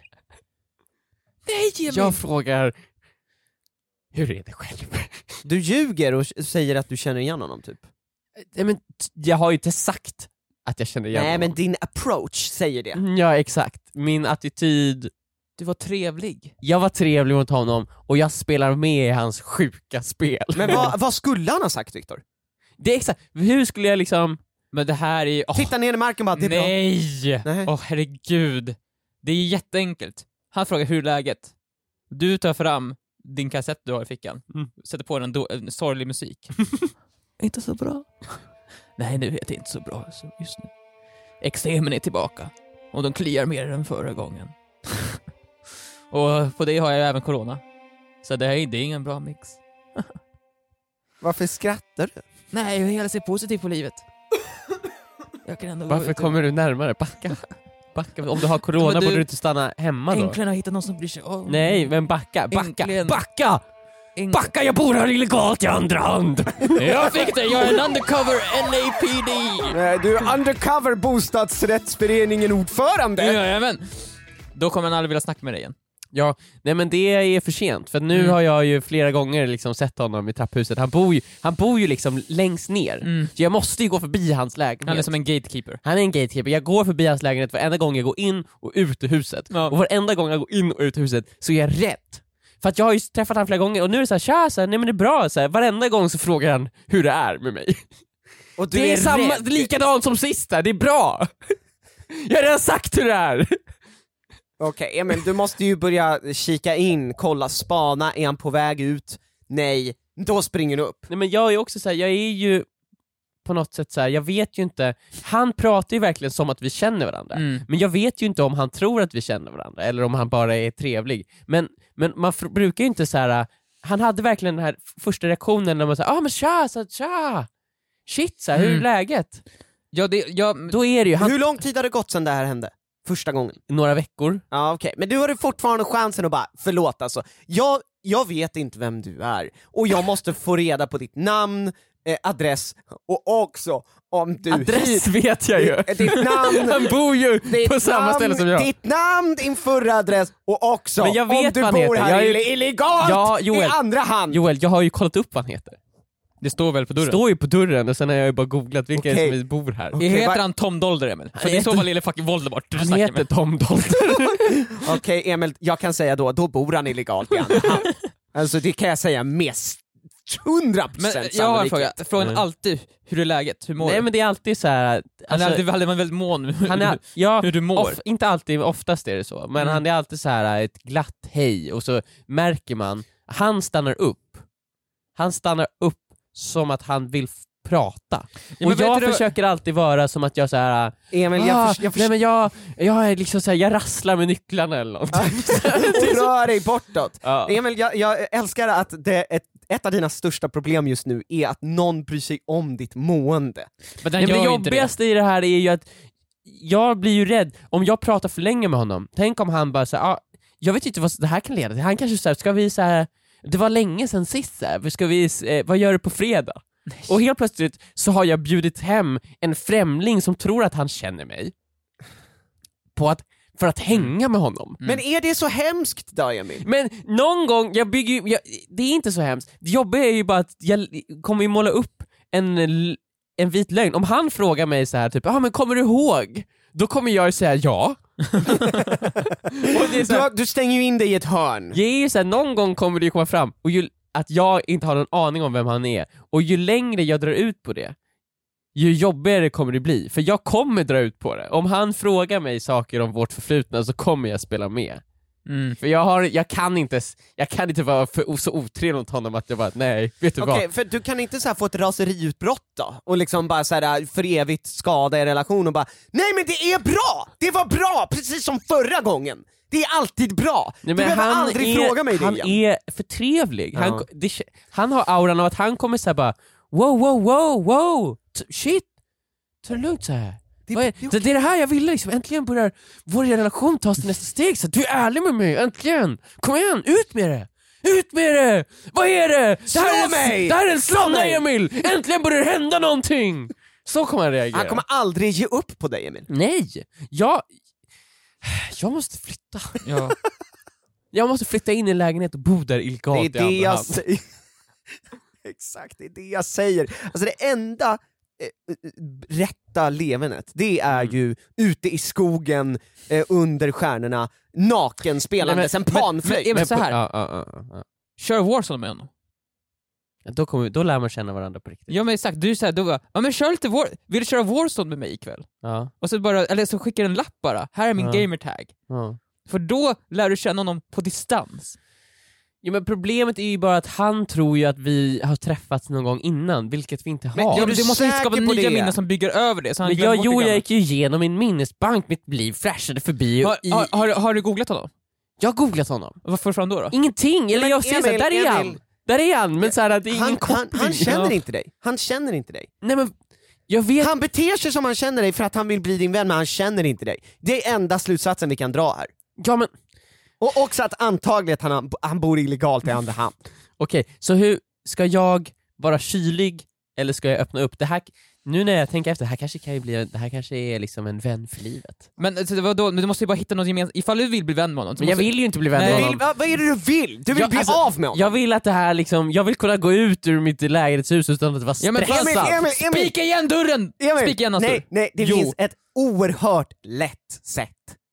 S3: Nej, Emil!
S2: Jag frågar, hur är det själv?
S4: Du ljuger och s- säger att du känner igen honom typ?
S2: Nej, men t- jag har ju inte sagt att jag känner igen
S4: Nej,
S2: honom.
S4: men din approach säger det.
S2: Mm, ja exakt, min attityd,
S3: Du var trevlig.
S2: jag var trevlig mot honom och jag spelar med i hans sjuka spel.
S4: Men vad, vad skulle han ha sagt, Viktor?
S2: Det är exakt, hur skulle jag liksom,
S3: Men det här är... åh,
S4: Titta ner i marken bara, det är bra.
S3: nej!
S4: Nej.
S3: Åh herregud. Det är jätteenkelt. Han frågar hur är läget? Du tar fram din kassett du har i fickan.
S2: Mm.
S3: Sätter på en, do- en sorglig musik. Inte så bra. Nej, nu är det inte så bra så just nu. Eksemen är tillbaka. Och de kliar mer än förra gången. Och på det har jag även corona. Så det, är, det är ingen bra mix.
S4: Varför skrattar du?
S3: Nej, jag hela ser positivt på livet. Jag kan ändå gå
S2: varför
S3: ut och-
S2: kommer du närmare? Backa. Backa. Om du har corona
S3: Men du-
S2: borde du inte stanna hemma då.
S3: Äntligen har jag hittat någon som bryr sig om.
S2: Nej, men backa, backa,
S3: Äntligen.
S2: backa!
S3: Äng-
S2: Backa, jag bor här illegalt i andra hand!
S3: Jag fick det, jag är en undercover N A P D.
S4: Nej, du är undercover bostadsrättsföreningen ordförande!
S3: Jajamän. Då kommer han aldrig vilja snacka med dig igen.
S2: Ja, nej men det är för sent, för nu
S3: Mm.
S2: har jag ju flera gånger liksom sett honom i trapphuset. Han bor ju, han bor ju liksom längst ner,
S3: Mm.
S2: så jag måste ju gå förbi hans lägenhet.
S3: Han är som en gatekeeper.
S2: Han är en gatekeeper, jag går förbi hans lägenhet varenda gång jag går in och ut ur huset.
S3: Ja.
S2: Och varenda gång jag går in och ut ur huset så är jag rädd. För att jag har ju träffat honom flera gånger och nu är det så här, tja, så här, nej men det är bra, så här, varenda gång så frågar han hur det är med mig.
S4: Och du
S2: det är,
S4: är
S2: samma,
S4: rädd.
S2: likadant som sista, det är bra. Jag har redan sagt hur det är.
S4: Okej, okay, Emil, du måste ju börja kika in, kolla, spana, är han på väg ut? Nej, då springer du upp.
S2: Nej, men jag är också så här, jag är ju på något sätt så här, jag vet ju inte, han pratar ju verkligen som att vi känner varandra,
S3: Mm.
S2: men jag vet ju inte om han tror att vi känner varandra eller om han bara är trevlig. Men, men man fr- brukar ju inte så här. Han hade verkligen den här första reaktionen när man säger, ah men tja, så, tja, shit, så här, hur är
S3: Mm.
S2: läget?
S3: Ja, det, jag,
S2: Då är det ju, han,
S4: Hur lång tid har det gått sedan det här hände? Första gången?
S2: några veckor.
S4: Ja, okej, okay. Men du har ju fortfarande chansen att bara, förlåt alltså, jag, jag vet inte vem du är, och jag måste få reda på ditt namn, eh, adress, och också om du...
S2: Adress vet jag ju.
S4: Ditt, ditt namn...
S2: Han bor ju
S4: ditt
S2: på samma
S4: namn,
S2: ställe som jag.
S4: Ditt namn, din förra adress, och också
S2: Men jag vet
S4: om du
S2: vad han
S4: bor
S2: heter.
S4: här
S2: Jag är-
S4: ill- illegalt
S2: Ja, Joel.
S4: i andra hand.
S2: Joel, jag har ju kollat upp vad han heter.
S3: det står väl på dörren?
S2: Står ju på dörren och sen har jag ju bara googlat vilka
S4: Okej.
S2: är det som bor här.
S4: Okej,
S3: heter
S4: va-
S3: han Tom Dolder, Emil? För
S2: Han
S3: det är i så
S2: heter-
S3: fall lille fucking Voldemort du
S2: Han
S3: snackar
S2: heter
S3: med.
S2: Tom Dolder.
S4: Okej, Emil, jag kan säga då, då bor han illegalt i andra hand. Alltså det kan jag säga med hundra procent
S3: Men jag har en fråga,
S4: sannolikhet.
S3: frågan
S2: Mm.
S3: alltid, hur är läget? Hur mår
S2: Nej
S3: du?
S2: men det är alltid så här.
S3: Han
S2: Alltså,
S3: är alltid väldigt, väldigt mån
S2: han är, ja,
S3: hur du mår.
S2: off, inte alltid, oftast är det så, men
S3: Mm.
S2: han är alltid så här ett glatt hej, och så märker man, han stannar upp. Han stannar upp som att han vill f- prata.
S3: Ja, men
S2: och
S3: vet
S2: jag
S3: du då-
S2: försöker alltid vara som att jag så här.
S4: Emil, jag,
S2: ah,
S4: förs- jag, förs-
S2: nej men jag, jag är liksom så här, jag rasslar med nycklarna eller något.
S4: och rör dig bortåt.
S2: Ja.
S4: Emil, jag, jag älskar att det, ett, ett av dina största problem just nu är att någon bryr sig om ditt mående.
S3: Men den
S2: Nej, men det
S3: gör ju inte det.
S2: jobbigaste i det här är ju att jag blir ju rädd om jag pratar för länge med honom. Tänk om han bara säger, ah, jag vet inte vad det här kan leda till. Han kanske säger, ska vi så här, det var länge sedan sist, så här, ska vi, eh, vad gör du på fredag? Och helt plötsligt så har jag bjudit hem en främling som tror att han känner mig på att, för att hänga med honom.
S4: Men är det så hemskt då, Emil?
S2: Men någon gång, jag bygger ju- jag, det är inte så hemskt. Det jobbiga är ju bara att jag kommer ju måla upp en, l- en vit lögn. Om han frågar mig så här typ, ja ah, men kommer du ihåg? Då kommer jag ju säga ja. Och det är så
S4: Du,
S2: här,
S4: har, du stänger ju in dig i ett hörn.
S2: det är ju så här, någon gång kommer det ju komma fram och ju, att jag inte har någon aning om vem han är. Och ju längre jag drar ut på det, ju jobbigare kommer det bli. För jag kommer dra ut på det. Om han frågar mig saker om vårt förflutna så kommer jag spela med.
S3: Mm.
S2: För jag, har, jag, kan inte, jag kan inte vara för, så otrevlig mot honom att jag bara, nej, vet du
S4: Okej,
S2: vad?
S4: för du kan inte så här få ett raseriutbrott då? Och liksom bara så här för evigt skada i relation och bara, nej men det är bra! Det var bra, precis som förra gången! Det är alltid bra!
S2: Nej,
S4: du behöver aldrig
S2: är,
S4: fråga mig det
S2: han
S4: igen.
S2: är för trevlig.
S4: Ja.
S2: Han, det, han har auran av att han kommer säga bara, wow, wow, wow, wow, T- shit, ta det lugnt så här.
S4: Det-
S2: Vad är,
S4: det är
S2: det, det är det här jag ville liksom, äntligen börjar vår relation tas till nästa steg, så att du är ärlig med mig, äntligen! Kom igen, ut med det! Ut med det! Vad är det? Det
S4: Slå
S2: här är,
S4: mig!
S2: Det här är en
S4: Slå
S2: slanna,
S4: mig!
S2: Emil! Äntligen börjar det hända någonting! Så kommer han reagera.
S4: Han kommer aldrig ge upp på dig, Emil.
S2: Nej, jag... Jag måste flytta.
S3: Ja.
S2: Jag måste flytta in i en lägenhet och bo där illegalt
S4: Det är det
S2: i andra
S4: jag
S2: hand.
S4: säger. Exakt, det är det jag säger. Alltså det enda eh, rätta levernet, det är
S2: Mm.
S4: ju ute i skogen, eh, under stjärnorna, naken spelandes en panflöjt.
S3: men- men så här.
S2: Ja, ja, ja, ja.
S3: Kör Warzone med honom.
S2: Då, kommer, då lär man känna varandra på riktigt.
S3: Ja men exakt, du säger då bara, ja men kör lite War... vill du köra Warzone med mig ikväll?
S2: Ja,
S3: Och så bara, eller så skickar en lapp bara, här är min
S2: Ja.
S3: gamertag.
S2: ja.
S3: För då lär du känna honom på distans.
S2: Jo, men problemet är ju bara att han tror ju att vi har träffats någon gång innan, vilket vi inte har.
S4: Men
S3: Ja,
S4: är
S3: men
S4: du
S3: du måste
S4: säker
S3: skapa
S4: på
S3: nya
S4: det?
S3: minnen som bygger över det. Så han
S2: men
S3: glömmer
S2: jag,
S3: bort
S2: jo,
S3: det
S2: jag
S3: gamla.
S2: gick ju igenom min minnesbank, mitt liv flashade förbi och
S3: har,
S2: i,
S3: har, har, du- har du googlat honom?
S2: jag har googlat honom.
S3: Vad får du fram då? då?
S2: Ingenting, eller
S4: Men
S2: jag ser såhär,
S4: Emil,
S2: där är
S4: Emil.
S2: han! Där är han, men såhär att det är ingen
S4: han, han,
S2: koppling.
S4: han känner
S2: Ja.
S4: inte dig. Han känner inte dig.
S2: Nej men, jag vet.
S4: Han beter sig som han känner dig för att han vill bli din vän, men han känner inte dig. Det är enda slutsatsen vi kan dra här.
S2: Ja men,
S4: Och också att antagligen att han, han bor illegalt i andra hand.
S2: okej, så hur ska jag vara kylig eller ska jag öppna upp? Det här, nu när jag tänker efter, det här kanske kan ju bli, det här kanske är liksom en vän för livet.
S3: Men, alltså, det var då, men du måste ju bara hitta något gemensamt, ifall du vill bli vän med honom så
S2: Men jag
S3: måste...
S2: vill ju inte bli vän
S3: Nej,
S2: med
S4: Vill,
S2: honom.
S4: vad, vad är det du vill? Du vill
S2: Jag-
S4: bli
S2: alltså,
S4: av med honom?
S2: Jag vill att det här liksom, jag vill kunna gå ut ur mitt lägenhetshus utan att vara
S3: Ja, men
S2: stressad.
S4: Emil, Emil, Emil!
S3: Spika igen dörren!
S4: Emil,
S3: Spika igen Astor.
S4: nej, nej, det
S3: Jo.
S4: finns ett oerhört lätt sätt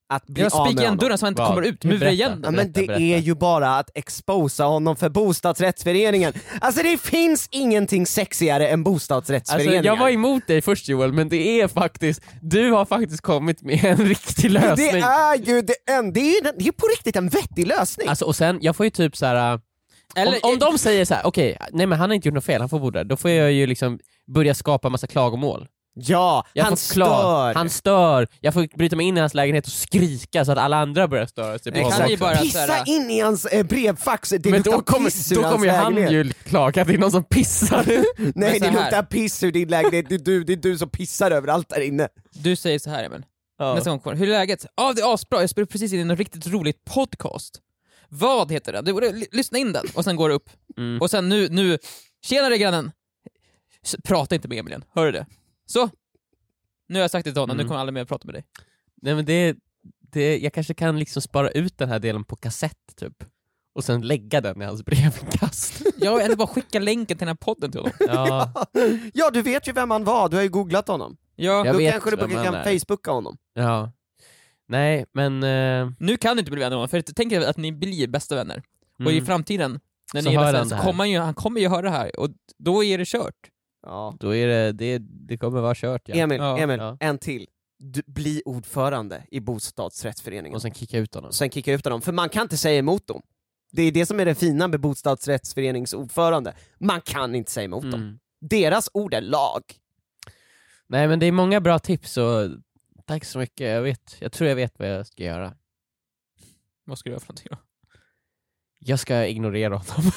S4: att bli
S3: Jag
S4: av
S3: spikar
S4: med
S3: igen
S4: honom.
S3: dörren så han inte
S2: Vad?
S3: kommer ut, mura
S2: Berätta.
S3: igen
S4: Ja,
S3: den.
S4: men det
S2: berätta.
S4: är ju bara att exposa honom för bostadsrättsföreningen. Alltså det finns ingenting sexigare än
S2: Alltså,
S4: bostadsrättsföreningar.
S2: jag var emot dig först Joel, men det är faktiskt, du har faktiskt kommit med en riktig lösning.
S4: det är ju det, en, det, är ju, det är på riktigt en vettig lösning.
S2: Alltså, och sen, jag får ju typ så här.
S3: Eller,
S2: om, om de säger så här: okej, nej men han har inte gjort något fel, han får bo där, då får jag ju liksom börja skapa massa klagomål.
S4: ja,
S2: Jag
S4: han
S2: får kla-
S4: stör.
S2: Han stör, jag får bryta mig in i hans lägenhet och skrika så att alla andra börjar störa sig på
S3: Det kan
S2: honom
S3: ju
S2: också.
S3: bara
S4: Pissa
S3: såhär-
S4: in i hans eh, brevfax, det
S2: Men
S4: luktar
S2: då kommer,
S4: piss ur
S2: då
S4: hans
S2: kommer ju han
S4: lägenhet.
S2: ju klaga att det är någon som pissar.
S4: Nej,
S3: Men
S4: det
S3: så här.
S4: luktar piss ur din lägenhet, det är du, det är du som pissar överallt där inne.
S3: Du säger så här, Emil.
S2: Ja.
S3: Nästa gång kvar. Hur är läget? Ja, det är asbra. Jag spelar precis in en riktigt roligt podcast. Vad heter den? Du borde l- lyssna in den. Och sen går det upp.
S2: Mm.
S3: Och sen nu, nu... Tjenare grannen! S- Prata inte med Emil igen. Hör du det? Så. Nu har jag sagt det till honom,
S2: Mm.
S3: nu kommer alla med att prata med dig.
S2: Nej men det, det, jag kanske kan liksom spara ut den här delen på kassett typ, och sen lägga den i hans brevinkast.
S3: Ja, eller bara skicka länken till den här podden till honom.
S2: Ja,
S4: Ja, du vet ju vem han var, du har ju googlat honom.
S3: Ja,
S2: Jag
S4: Då
S2: vet
S4: kanske du
S2: vem
S4: kan
S2: han är.
S4: Facebooka honom.
S2: ja. Nej men... Eh,
S3: nu kan du inte bli vänner med honom, för tänk dig att ni blir bästa vänner. Och i
S2: mm,
S3: framtiden, när
S2: Så
S3: ni är
S2: hör
S3: bästa
S2: han
S3: vänner,
S2: det
S3: så
S2: här.
S3: kommer han, ju, han kommer ju höra det här, och då är det kört.
S4: Ja.
S2: då är det, det, det kommer vara kört ja.
S4: Emil,
S3: Ja.
S4: Emil,
S2: Ja.
S4: en till. Du, bli ordförande i bostadsrättsföreningen.
S2: Och sen kicka ut honom.
S4: Sen kicka ut dem, för man kan inte säga emot dem. Det är det som är det fina med bostadsrättsföreningsordförande. Man kan inte säga emot dem.
S2: Mm.
S4: Deras ord är lag.
S2: Nej men det är många bra tips och tack så mycket, jag vet, jag tror jag vet vad jag ska göra.
S3: Vad ska du göra för någonting då?
S2: Jag ska ignorera honom.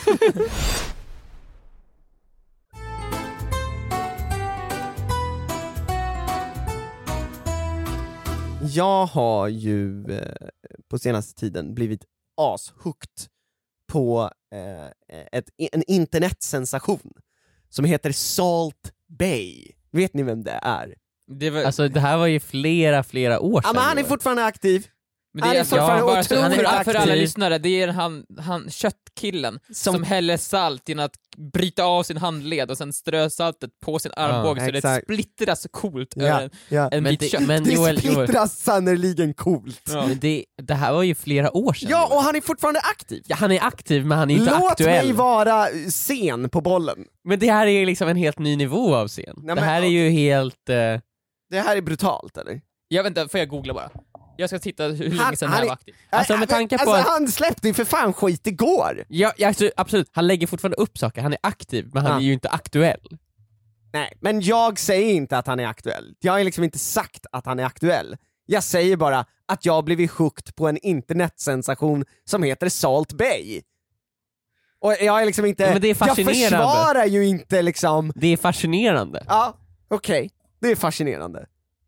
S4: Jag har ju eh, på senaste tiden blivit ashooked på eh, ett, en internetsensation som heter Salt Bay. Vet ni vem det är?
S3: Det var,
S2: Alltså det här var ju flera, flera år
S4: Ja,
S2: sedan.
S4: men han är
S2: Joel.
S4: fortfarande aktiv.
S3: men
S4: han
S3: det
S4: är
S3: är
S4: fortfarande
S3: bara så,
S4: otroligt
S3: för, för alla
S2: aktiv.
S3: lyssnare, det är han, han köttkillen som,
S4: Som,
S3: häller salt genom att bryta av sin handled och sen strö saltet på sin armbåge så det
S4: exakt.
S3: splittras så coolt
S4: Ja,
S3: över en,
S4: ja.
S3: en
S2: Men
S3: bit
S2: det-
S3: kött.
S2: men-
S4: Det
S2: Joel, Joel.
S4: splittras sannerligen coolt.
S3: Ja.
S2: Men det, det här var ju flera år sedan.
S4: Ja,
S2: Joel.
S4: och han är fortfarande aktiv.
S2: Ja, han är aktiv men han är inte
S4: Låt
S2: aktuell.
S4: mig vara sen på bollen.
S2: Men det här är liksom en helt ny nivå av scen.
S4: men
S2: det här är ju helt... Eh,
S4: Det här är brutalt, eller?
S3: Jag vänta, får jag googla bara? Jag ska titta hur
S4: Han-
S3: länge sedan
S4: han
S3: han
S4: är-
S3: var aktiv.
S2: Alltså, med
S4: Äh,
S2: tanke på
S4: alltså,
S2: att-
S4: han släppte ju för fan skit igår.
S2: ja, ja, alltså, absolut, han lägger fortfarande upp saker, han är aktiv men han
S4: Ja.
S2: är ju inte aktuell.
S4: Nej, men jag säger inte att han är aktuell. Jag har liksom inte sagt att han är aktuell. Jag säger bara att jag har blivit hooked på en internetsensation som heter Salt Bay. Och jag är liksom inte...
S2: Ja, men det är
S4: jag
S2: fascinerande.
S4: försvarar ju inte liksom...
S2: Det är fascinerande.
S4: Ja, okej. Det är fascinerande.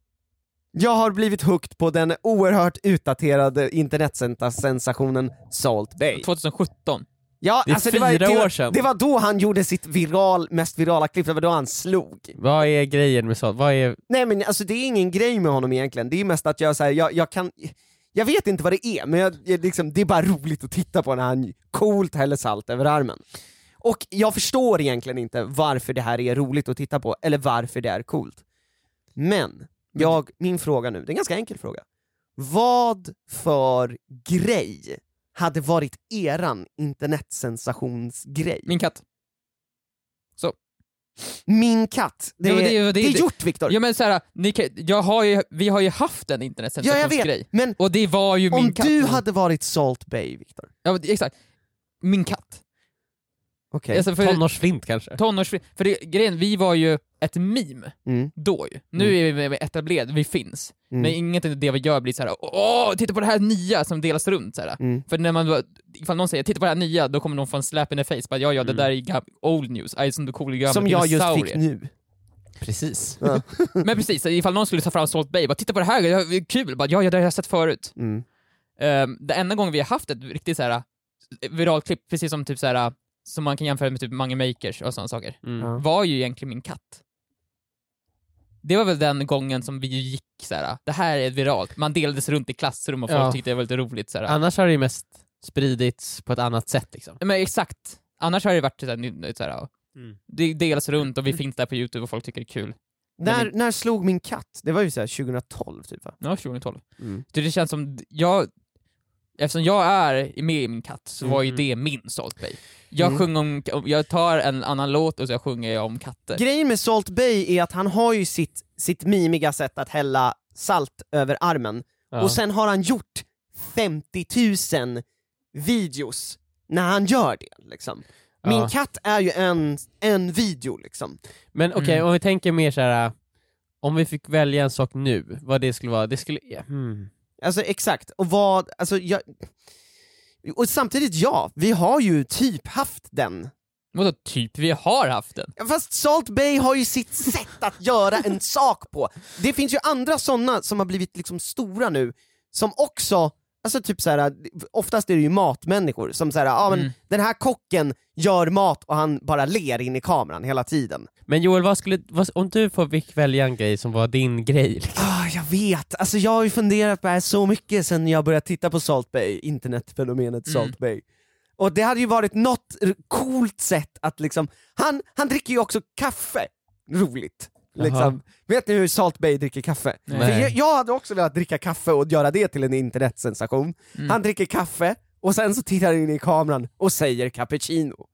S4: Jag har blivit hooked på den oerhört utdaterade internetsensationen Salt Bay.
S3: tjugohundrasjutton.
S4: Ja,
S2: Det är
S4: alltså
S2: fyra
S4: det var, det,
S2: år
S4: var,
S2: sedan.
S4: det var då han gjorde sitt viral, mest virala klipp, det var då han slog.
S2: Vad är grejen med sånt? Vad är...
S4: Nej men alltså det är ingen grej med honom egentligen, det är mest att jag, så här, jag, jag kan... Jag vet inte vad det är, men jag, jag, liksom, det är bara roligt att titta på när han coolt häller salt över armen. Och jag förstår egentligen inte varför det här är roligt att titta på, eller varför det är coolt. Men, jag, min fråga nu, det är en ganska enkel fråga. Vad för grej hade varit eran internetsensationsgrej?
S3: Min katt.
S4: Min katt. Det,
S3: Ja, men
S4: är,
S3: det är-
S4: det,
S3: det-
S4: är
S3: det-
S4: gjort, Viktor.
S3: Ja men såhär, ni kan, jag har ju, vi har ju haft en
S4: Ja, jag
S3: internetsensationsgrej.
S4: vet. Men
S3: Och det var ju min
S4: om
S3: katt.
S4: du hade varit Salt Bay, Viktor.
S3: Ja, men exakt. Min katt.
S4: Okej.
S3: Alltså för,
S2: Tonårsflint kanske?
S3: tonårsfri. För det, grejen, vi var ju ett meme
S4: Mm.
S3: då ju. Nu är vi etablerade, vi finns.
S4: Mm.
S3: Men inget av det vi gör blir såhär, åh, titta på det här nya som delas runt såhär.
S4: Mm.
S3: För när man, ifall någon säger titta på det här nya, då kommer någon få en slap in the face. Bara, ja, ja, det
S2: Mm.
S3: där är gam- old news. I som the cool gamla
S4: Som jag just
S3: dinosaurier.
S4: fick nu.
S2: Precis.
S4: Ja.
S3: Men precis, ifall någon skulle ta fram Salt Bay, bara titta på det här, det är kul. Bara, ja, ja, det har jag sett förut.
S4: Mm.
S3: Um, det enda gången vi har haft ett riktigt såhär viralt klipp, precis som typ såhär, som man kan jämföra med typ Mange Makers och sådana saker,
S2: Mm.
S4: Ja.
S3: var ju egentligen min katt. Det var väl den gången som vi gick såhär, det här är viralt. Man delades runt i klassrum och folk
S2: Ja.
S3: tyckte det var lite roligt såhär.
S2: Annars har det ju mest spridits på ett annat sätt liksom.
S3: Men exakt. Annars har det varit såhär, ny- såhär
S2: Mm.
S3: det delas runt och vi finns där på YouTube och folk tycker det är kul.
S4: När,
S3: min...
S4: när slog min katt? Det var ju så här tjugohundratolv typ va?
S3: Ja, tjugohundratolv.
S4: Mm.
S3: Det känns som, jag, eftersom jag är med i min katt så var ju
S4: Mm.
S3: det min Salt Bay. Jag
S4: Mm.
S3: sjunger om, jag tar en annan låt och så sjunger jag om katter.
S4: Grejen med Salt Bay är att han har ju sitt, sitt mimiga sätt att hälla salt över armen,
S2: Ja.
S4: och sen har han gjort femtio tusen videos när han gör det liksom. Min
S2: Ja.
S4: katt är ju en, en video liksom.
S2: Men okej,
S3: Mm.
S2: om vi tänker mer så här. Om vi fick välja en sak nu, vad det skulle vara, det skulle... Hmm.
S4: Alltså exakt, och vad, alltså jag... Och samtidigt ja, vi har ju typ haft den.
S3: Vadå typ? Vi har haft den.
S4: Fast Salt Bay har ju sitt sätt att göra en sak på. Det finns ju andra sådana som har blivit liksom stora nu, som också, alltså typ såhär, oftast är det ju matmänniskor som såhär, ja ah, men
S3: Mm.
S4: den här kocken gör mat och han bara ler in i kameran hela tiden.
S2: Men Joel, vad skulle, vad, om du får fick välja en grej som var din grej liksom.
S4: Ah, jag vet, alltså jag har ju funderat på det här så mycket sen jag började titta på Salt Bay, internetfenomenet
S3: Mm.
S4: Salt Bay. Och det hade ju varit något coolt sätt att liksom, han, han dricker ju också kaffe, roligt. Liksom. Vet ni hur Salt Bay dricker kaffe?
S3: Nej.
S4: För jag, jag hade också velat dricka kaffe och göra det till en internetsensation.
S3: Mm.
S4: Han dricker kaffe, och sen så tittar han in i kameran och säger cappuccino.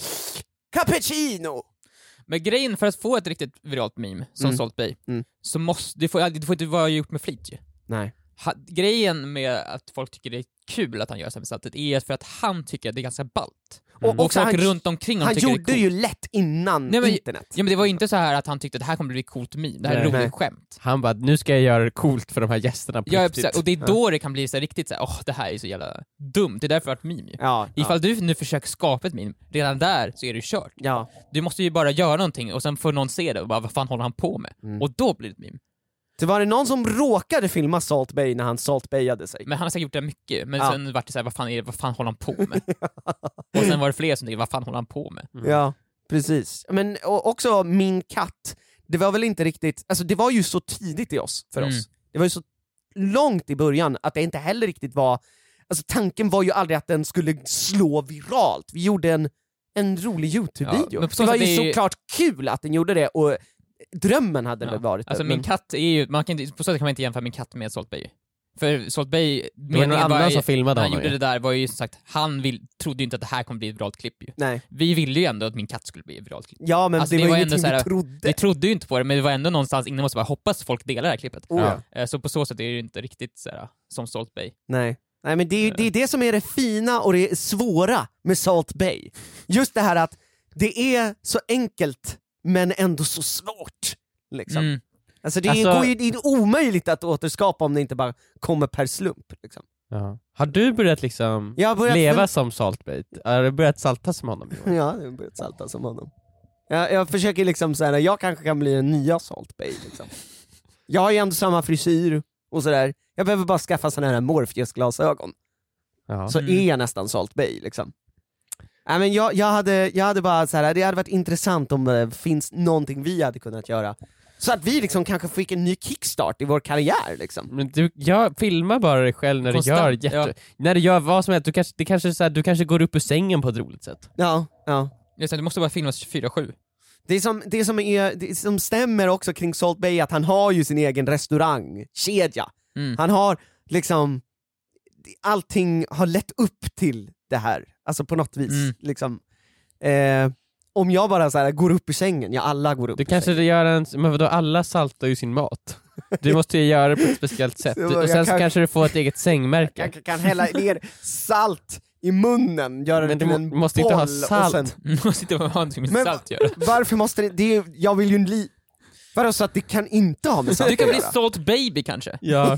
S4: Cappuccino!
S3: Men grejen för att få ett riktigt viralt meme som
S4: Mm.
S3: Salt Bay,
S4: Mm.
S3: så måste, det får, det får inte vara gjort med flit ju.
S4: Nej.
S3: Ha, grejen med att folk tycker det är kul att han gör så här med saltet är för att han tycker att det är ganska ballt.
S4: Och
S3: Och
S4: också
S3: folk
S4: han,
S3: runt omkring honom
S4: han
S3: tycker
S4: gjorde
S3: det är coolt.
S4: ju lätt innan
S3: Nej, men-
S4: internet.
S3: Ja men det var ju inte så här att han tyckte att det här kommer bli coolt meme, det här är
S2: Nej.
S3: roligt
S4: Nej.
S3: skämt.
S2: Han bara, nu ska jag göra det coolt för de här gästerna på
S3: Ja,
S2: riktigt.
S3: precis. Och det är då det kan bli så här riktigt så här, åh det här är så jävla dumt, det är därför det har varit meme ju.
S4: Ja,
S3: Ifall du nu försöker skapa ett meme, redan där så är det kört.
S4: ja.
S3: Du måste ju bara göra någonting och sen får någon se det och bara vad fan håller han på med?
S4: Mm.
S3: Och då blir det ett meme.
S4: Det var det någon som råkade filma Salt Bay när han Salt Bayade sig?
S3: Men han har säkert gjort det mycket, men
S4: Ja.
S3: sen vart det så här, vad fan, är det, vad fan håller han på med? Och sen var det fler som tänkte, vad fan håller han på med?
S2: Mm.
S4: Ja, precis. Men och också min katt, det var väl inte riktigt, alltså det var ju så tidigt i oss, för
S3: Mm.
S4: oss. Det var ju så långt i början att det inte heller riktigt var, alltså tanken var ju aldrig att den skulle slå viralt. Vi gjorde en, en rolig YouTube-video.
S3: Ja, men på så
S4: det var
S3: sätt
S4: ju
S3: är ju-
S4: såklart kul att den gjorde det, och drömmen hade
S3: Ja.
S4: väl varit
S3: Alltså
S4: det.
S3: min
S4: men-
S3: katt är ju, man kan inte, på så sätt kan man inte jämföra min katt med Salt Bay. För Salt Bay,
S2: Det var någon
S3: meningen
S2: annan
S3: ju-
S2: som filmade
S3: när han
S2: honom
S3: gjorde
S2: ju.
S3: det där var ju som sagt, han vill, trodde ju inte att det här kommer bli ett viralt klipp ju.
S4: Nej.
S3: Vi ville ju ändå att min katt skulle bli ett viralt klipp.
S4: Ja, men
S3: Alltså,
S4: det,
S3: det
S4: var
S3: var
S4: ju
S3: ändå
S4: ingenting
S3: så här-
S4: vi trodde.
S3: Vi trodde ju inte på det, men det var ändå någonstans innan oss bara hoppas folk delar det här klippet.
S4: Oh, ja.
S3: Eh, Så på så sätt är det ju inte riktigt så här, som Salt Bay.
S4: Nej. Nej, men det är, det är det som är det fina och det svåra med Salt Bay. Just det här att det är så enkelt men ändå så svårt. Liksom.
S3: Mm.
S4: Alltså det,
S2: Alltså-
S4: går ju, det är omöjligt att återskapa om det inte bara kommer per slump. Liksom.
S2: Ja. Har du börjat liksom
S4: Jag har börjat
S2: leva som Salt Bay? Har du börjat salta som honom? Joel?
S4: Ja, jag har börjat salta som honom. Jag, jag försöker liksom såhär, jag kanske kan bli den nya Salt Bay. Liksom. Jag har ju ändå samma frisyr och sådär. Jag behöver bara skaffa såna här Morpheus-glasögon.
S2: Ja.
S4: Så
S3: Mm.
S4: är jag nästan Salt Bay liksom. Nej, men jag, jag, hade, jag hade bara så här, det hade varit intressant om det finns någonting vi hade kunnat göra. Så att vi liksom kanske fick en ny kickstart i vår karriär liksom.
S2: Men du, jag filmar bara dig själv när
S3: Konstant,
S2: du gör jätte...
S3: ja.
S2: När du gör vad som helst, du kanske, det kanske är så här, du kanske går upp ur sängen på ett roligt sätt.
S4: Ja, ja.
S3: Det är så här, du måste bara filmas tjugofyra sju.
S4: Det som, det, som är, det som stämmer också kring Salt Bay är att han har ju sin egen restaurangkedja.
S3: Mm.
S4: Han har liksom, allting har lett upp till det här, alltså på något vis.
S3: Mm.
S4: Liksom. Eh, om jag bara så här, går upp ur sängen, ja alla går upp
S2: Du
S4: ur
S2: kanske
S4: sängen.
S2: gör en... Men vadå, alla saltar ju sin mat. Du måste ju göra det på ett speciellt sätt.
S4: Så
S2: Och
S4: jag
S2: sen så
S4: kan-
S2: kanske du får ett eget sängmärke.
S4: Jag kan- kan hälla ner salt i munnen, göra
S2: Men
S4: det
S2: du
S4: till
S2: må-
S4: en
S2: måste inte ha
S4: boll
S2: salt.
S4: och sen,
S3: Man måste inte ha någonting med
S4: Men-
S3: salt att göra.
S4: varför måste det, det är, jag vill ju li... Vadå, så att det kan inte ha med salt
S3: Du kan
S4: att
S3: bli
S4: göra?
S3: Salt Baby kanske.
S2: Ja.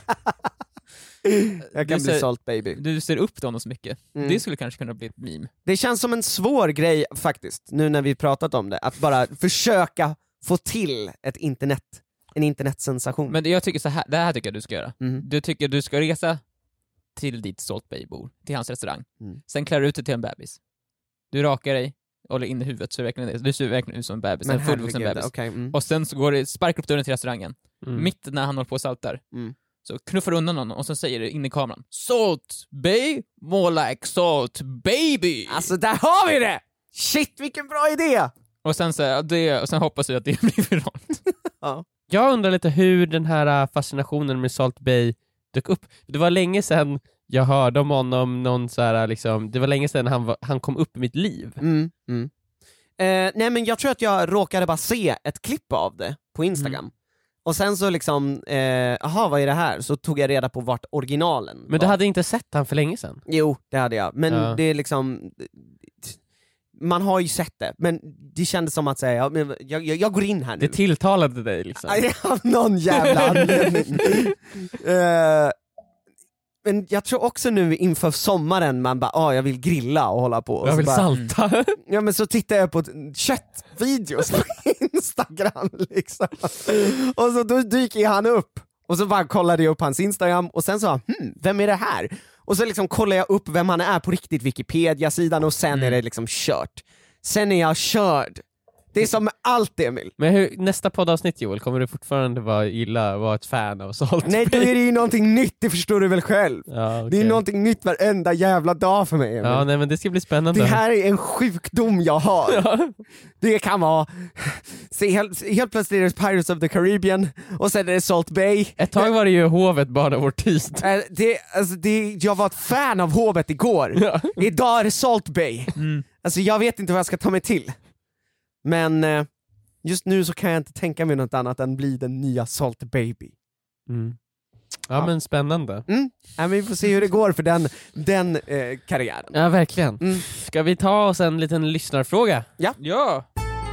S4: Jag kan
S3: Du
S4: bli
S3: ser-
S4: Salt Baby.
S3: Du ser upp till honom så mycket.
S4: Mm.
S3: Det skulle kanske kunna bli ett meme.
S4: Det känns som en svår grej faktiskt, nu när vi pratat om det, att bara försöka få till ett internet, en internetsensation.
S3: Men jag tycker så här, det här tycker jag du ska göra.
S4: Mhm.
S3: Du tycker du ska resa till dit Salt Bay bor, till hans restaurang.
S4: Mm.
S3: Sen klär du ut dig till en bebis. Du rakar dig, håller in i huvudet så är det verkligen det. Du ser verkligen ut som en bebis,
S4: Men
S3: en fullvuxen
S4: herregud,
S3: bebis.
S4: okej, mm.
S3: Och sen så går det, sparkar upp dörren till restaurangen.
S2: Mm.
S3: Mitt när han håller på och saltar.
S4: Mm.
S3: Så knuffar du undan honom och så säger du in i kameran: Salt Bay, more like Salt Baby!
S4: Alltså där har vi det! Shit vilken bra idé!
S3: Och sen, så, det, och sen hoppas jag att det blir viralt.
S4: Ja.
S2: Jag undrar lite hur den här fascinationen med Salt Bae dök upp. Det var länge sedan jag hörde om honom, någon så här, liksom, det var länge sedan han, var, han kom upp i mitt liv.
S4: Mm, mm. Eh, nej men jag tror att jag råkade bara se ett klipp av det på Instagram. Mm. Och sen så liksom, jaha eh, vad är det här? Så tog jag reda på vart originalen
S2: Men
S4: var.
S2: du hade inte sett han för länge sedan?
S4: Jo, det hade jag. Men
S2: ja.
S4: det är liksom... Man har ju sett det, men det kändes som att säga, ja, men jag, jag, jag går in här nu.
S2: Det tilltalade dig liksom?
S4: Av någon jävla anledning. uh, men jag tror också nu inför sommaren man bara, ah, jag vill grilla och hålla på. Och
S2: jag
S4: så
S2: vill
S4: bara,
S2: salta.
S4: Ja men så tittar jag på köttvideos på Instagram liksom. Och så då dyker han upp. Och så bara kollade jag upp hans Instagram och sen så, hmm, vem är det här? Och så liksom kollar jag upp vem han är på riktigt, Wikipedia-sidan, och sen mm. är det liksom kört. Sen är jag körd. Det är som med allt, Emil.
S2: Men hur, nästa poddavsnitt, Joel, kommer du fortfarande vara gilla, vara ett fan av Salt Bae?
S4: Nej, då är det ju någonting nytt, det förstår du väl själv.
S2: Ja, okay.
S4: Det är någonting nytt varenda jävla dag för mig, Emil.
S2: Ja, nej, men det ska bli spännande.
S4: Det här är en sjukdom jag har. Ja. Det kan vara... Se, helt, helt plötsligt är det Pirates of the Caribbean, och sen är det Salt Bae.
S2: Ett tag var det ju Hovet bara vår tid.
S4: Det, alltså, det, jag var ett fan av Hovet igår. Ja. Idag är det Salt Bae. Mm. Alltså jag vet inte vad jag ska ta mig till. Men eh, just nu så kan jag inte tänka mig något annat än bli den nya Salt Baby.
S2: Mm. Ja, ja men spännande.
S4: Mm. Ja, men vi får se hur det går för den, den eh, karriären.
S2: Ja verkligen.
S4: Mm.
S2: Ska vi ta oss en liten lyssnarfråga?
S4: Ja.
S3: Ja.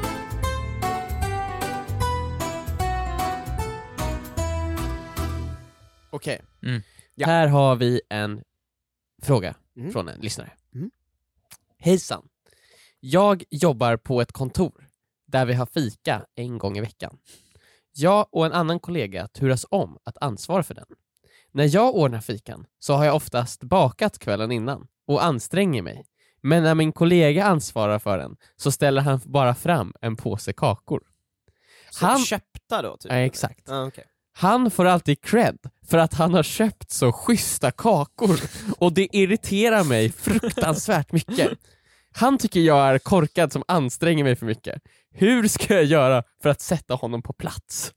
S2: Okej.
S3: Okay. Mm.
S2: Ja. Här har vi en fråga
S4: mm.
S2: från en lyssnare.
S4: Mm.
S2: Hejsan. Jag jobbar på ett kontor där vi har fika en gång i veckan. Jag och en annan kollega turas om att ansvara för den. När jag ordnar fikan så har jag oftast bakat kvällen innan och anstränger mig. Men när min kollega ansvarar för den så ställer han bara fram en påse kakor.
S4: Så han köpta då? Typ,
S2: ja, exakt.
S4: Ah, okay.
S2: Han får alltid cred för att han har köpt så schyssta kakor och det irriterar mig fruktansvärt mycket. Han tycker jag är korkad som anstränger mig för mycket. Hur ska jag göra för att sätta honom på plats?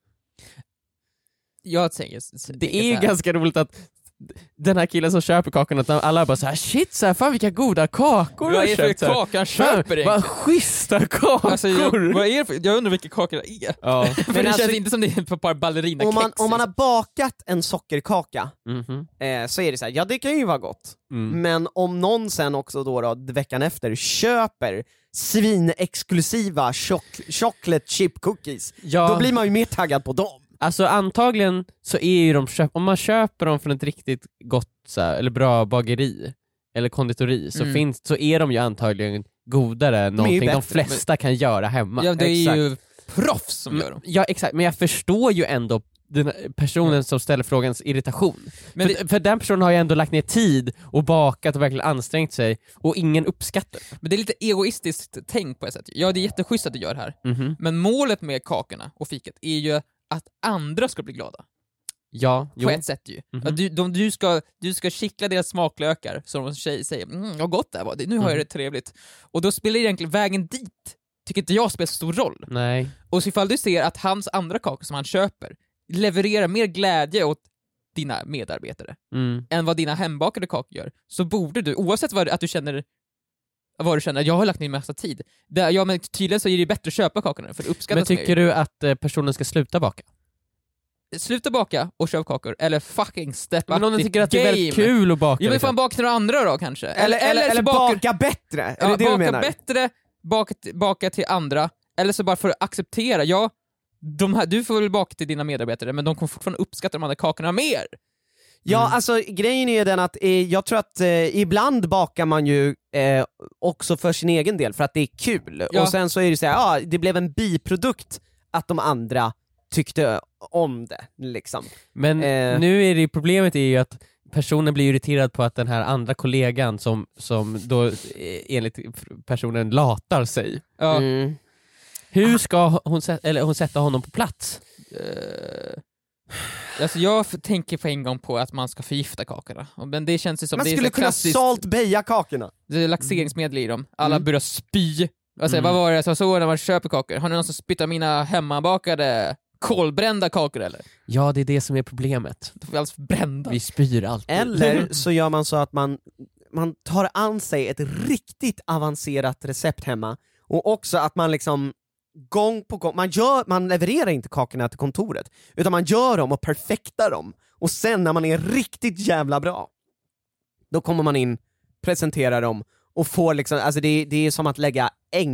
S3: Jag tänker,
S2: det är ju ganska roligt att den här killen som köper kakorna, att alla bara så här, shit, så här, fan vilka goda kakor.
S3: Vad är det för kakor han köper egentligen?
S2: Vad schyssta kakor.
S3: Alltså, jag, vad är det för, jag undrar vilka kakor det är. Ja. För
S4: Men
S3: det
S4: alltså,
S3: känns inte som det är ett par ballerina
S4: om man,
S3: kex,
S4: om man har bakat en sockerkaka
S2: mm-hmm.
S4: eh, så är det så här, ja det kan ju vara gott.
S2: Mm.
S4: Men om någon sen också då, då veckan efter köper svinexklusiva choc- chocolate chip cookies, ja. Då blir man ju mer taggad på dem.
S2: Alltså antagligen så är ju de, köp- om man köper dem från ett riktigt gott så här, eller bra bageri eller konditori så, mm. finns, så är de ju antagligen godare än någonting de flesta kan göra hemma.
S3: Ja, det är
S2: exakt.
S3: ju proffs som gör dem.
S2: Ja exakt, men jag förstår ju ändå den personen mm. som ställer frågans irritation. Men för, det, för den personen har ju ändå lagt ner tid och bakat och verkligen ansträngt sig och ingen uppskattar.
S3: Men det är lite egoistiskt tänk på ett sätt. Ja, det är jätteschysst att du gör det här. Mm-hmm. Men målet med kakorna och fiket är ju att andra ska bli glada.
S2: Ja,
S3: på jo. ett sätt ju. Mm-hmm. Att du, de, du, ska, du ska kittla deras smaklökar som de tjej säger, mm, vad gott det här var, nu har mm. jag det trevligt. Och då spelar egentligen vägen dit, tycker inte jag spelar så stor roll.
S2: Nej.
S3: Och så ifall du ser att hans andra kakor som han köper levererar mer glädje åt dina medarbetare mm. än vad dina hembakade kakor gör, så borde du, oavsett vad att du känner vad du känner, jag har lagt ner massa tid. Det, ja, men tydligen så är det bättre att köpa kakorna för det uppskattas.
S2: Men tycker mer. Du att personen ska sluta baka?
S3: Sluta baka och köp kakor, eller fucking step
S2: men
S3: up
S2: om du tycker att det är väldigt
S3: game.
S2: kul att baka.
S3: Ja, men fan baka till några andra då kanske.
S4: Eller, eller, eller, eller bakar, baka bättre, är
S3: ja,
S4: det det
S3: baka
S4: du menar?
S3: bättre, baka, baka till andra, eller så bara för att acceptera, ja, de här, du får väl baka till dina medarbetare, men de kommer fortfarande uppskatta de andra kakorna mer.
S4: Ja,
S3: mm.
S4: alltså grejen är den att eh, jag tror att eh, ibland bakar man ju eh, också för sin egen del, för att det är kul. Ja. Och sen så är det så här, ja, det blev en biprodukt att de andra tyckte om det, liksom.
S2: Men eh. nu är det problemet är ju att personen blir irriterad på att den här andra kollegan som, som då enligt personen latar sig.
S3: Ja.
S2: Mm. Hur ska hon, sätta, eller hon sätta honom på plats?
S3: Uh, alltså jag tänker på en gång på att man ska förgifta kakorna. Men det känns ju som
S4: man
S3: det är
S4: skulle
S3: så
S4: kunna
S3: klassiskt.
S4: Salt Bae kakorna.
S3: Det är laxeringsmedel i dem. Alla
S4: mm.
S3: börjar spy Alltså,
S2: Mm.
S3: vad var det som så när man köper kakor? Har ni någon som spyttar mina hemmabakade kolbrända kakor eller?
S2: Ja, det är det som är problemet.
S3: De får alls brända.
S2: Vi spyr alltid.
S4: Eller så gör man så att man, man tar an sig ett riktigt avancerat recept hemma, och också att man liksom gång på gång, man, gör, man levererar inte kakorna till kontoret, utan man gör dem och perfektar dem, och sen när man är riktigt jävla bra, då kommer man in, presenterar dem och får liksom, alltså det, det är som att lägga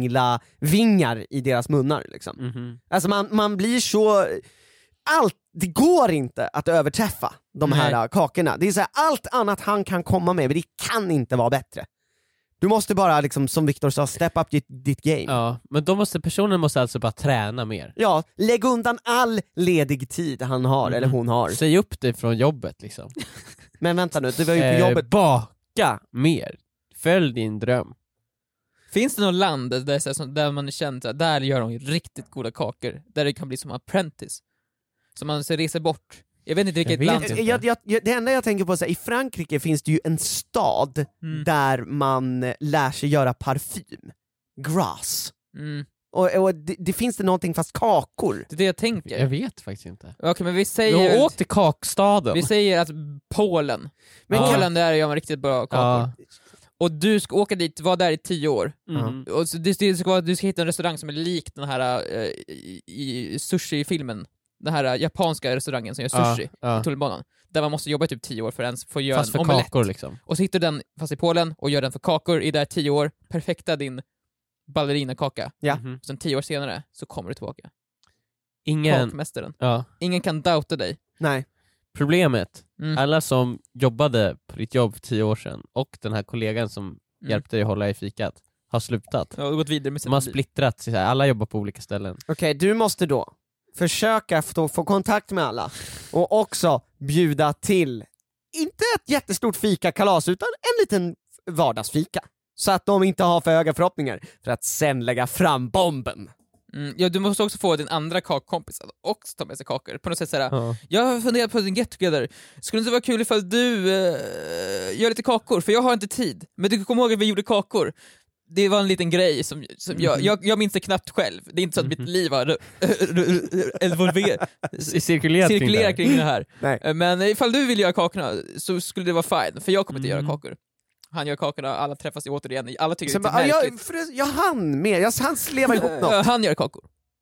S4: änglavingar i deras munnar liksom.
S2: Mhm.
S4: Alltså man, man blir så, allt, det går inte att överträffa de här
S3: Nej.
S4: äh, kakorna. Det är så här, allt annat han kan komma med, men det kan inte vara bättre. Du måste bara liksom, som Viktor sa, step up ditt, ditt game. Ja.
S2: Ja, men då måste, personen måste alltså bara träna mer.
S4: Lägg undan all ledig tid han har,
S2: Mm.
S4: eller hon har.
S2: Säg upp dig från jobbet liksom.
S4: Men vänta nu, du var ju på
S2: Eh,
S4: jobbet.
S2: baka mer. Följ din dröm.
S3: Finns det något land där, det är så här, där man känner att där gör de riktigt goda kakor? Där det kan bli som apprentice? Så man så reser bort. Jag vet inte vilket
S2: Jag vet
S3: land.
S2: inte.
S4: Jag, jag, jag, det enda jag tänker på är så här, i Frankrike finns det ju en stad
S3: Mm.
S4: där man lär sig göra parfym. Grass.
S3: Mm.
S4: Och, och det, det finns det någonting fast kakor.
S3: Det är det jag tänker.
S2: Jag vet faktiskt inte.
S3: Okej, men vi
S2: Jag
S3: säger,
S2: har åkt till kakstaden.
S3: vi säger att Polen.
S4: Men
S3: Men
S2: Ja.
S3: Polen, där gör man riktigt bra kakor.
S2: Ja.
S3: Och du ska åka dit, vara där i tio år.
S2: Mhm.
S3: Och så det, det ska vara, du ska hitta en restaurang som är lik den här uh, i, i sushi-filmen. Den här uh, japanska restaurangen som gör sushi
S2: Ja,
S3: på tunnelbanan. Där man måste jobba i typ tio år för att ens få göra
S2: fast för
S3: en omelett.
S2: kakor liksom.
S3: Och så hittar du den fast i Polen och gör den för kakor i där tio år. Perfekta din ballerinakaka.
S4: Ja.
S2: Mhm.
S3: Och sen tio år senare så kommer du tillbaka.
S2: Ingen...
S3: Kakmästaren.
S2: Ja.
S3: Ingen kan doubta dig.
S4: Nej.
S2: Problemet,
S3: Mm.
S2: alla som jobbade på ditt jobb för tio år sedan och den här kollegan som
S3: Mm.
S2: hjälpte dig att hålla i fikat har slutat.
S3: Jag har gått vidare med
S2: De har
S3: sitt liv.
S2: splittrat sig, så här, alla jobbar på olika ställen.
S4: Okej, du måste då försöka få, få kontakt med alla och också bjuda till, inte ett jättestort fikakalas utan en liten vardagsfika. Så att de inte har för höga förhoppningar, för att sen lägga fram bomben.
S3: Mm, ja, du måste också få din andra kakkompis att också ta med sig kakor. På något sätt såhär,
S2: Ja.
S3: jag har funderat på en get together. Skulle det inte vara kul ifall du eh, gör lite kakor? För jag har inte tid. Men du kommer ihåg att vi gjorde kakor? Det var en liten grej som, som jag, jag, jag minns det knappt själv. Det är inte så att mitt liv har involverat,
S2: Cirkulerat kring
S3: cirkulerat
S2: det.
S3: kring det här.
S4: Nej.
S3: Eh, Men ifall du vill göra kakorna så skulle det vara fine, för jag kommer inte
S2: Mm.
S3: göra kakor. Han gör kakorna, alla träffas återigen, alla tycker
S4: Sen
S3: det är
S4: bara,
S3: lite
S4: ah,
S3: märkligt.
S4: jag, för, jag hann med, jag hann sleva ihop
S3: Eh,
S4: något.
S3: Han gör kakor.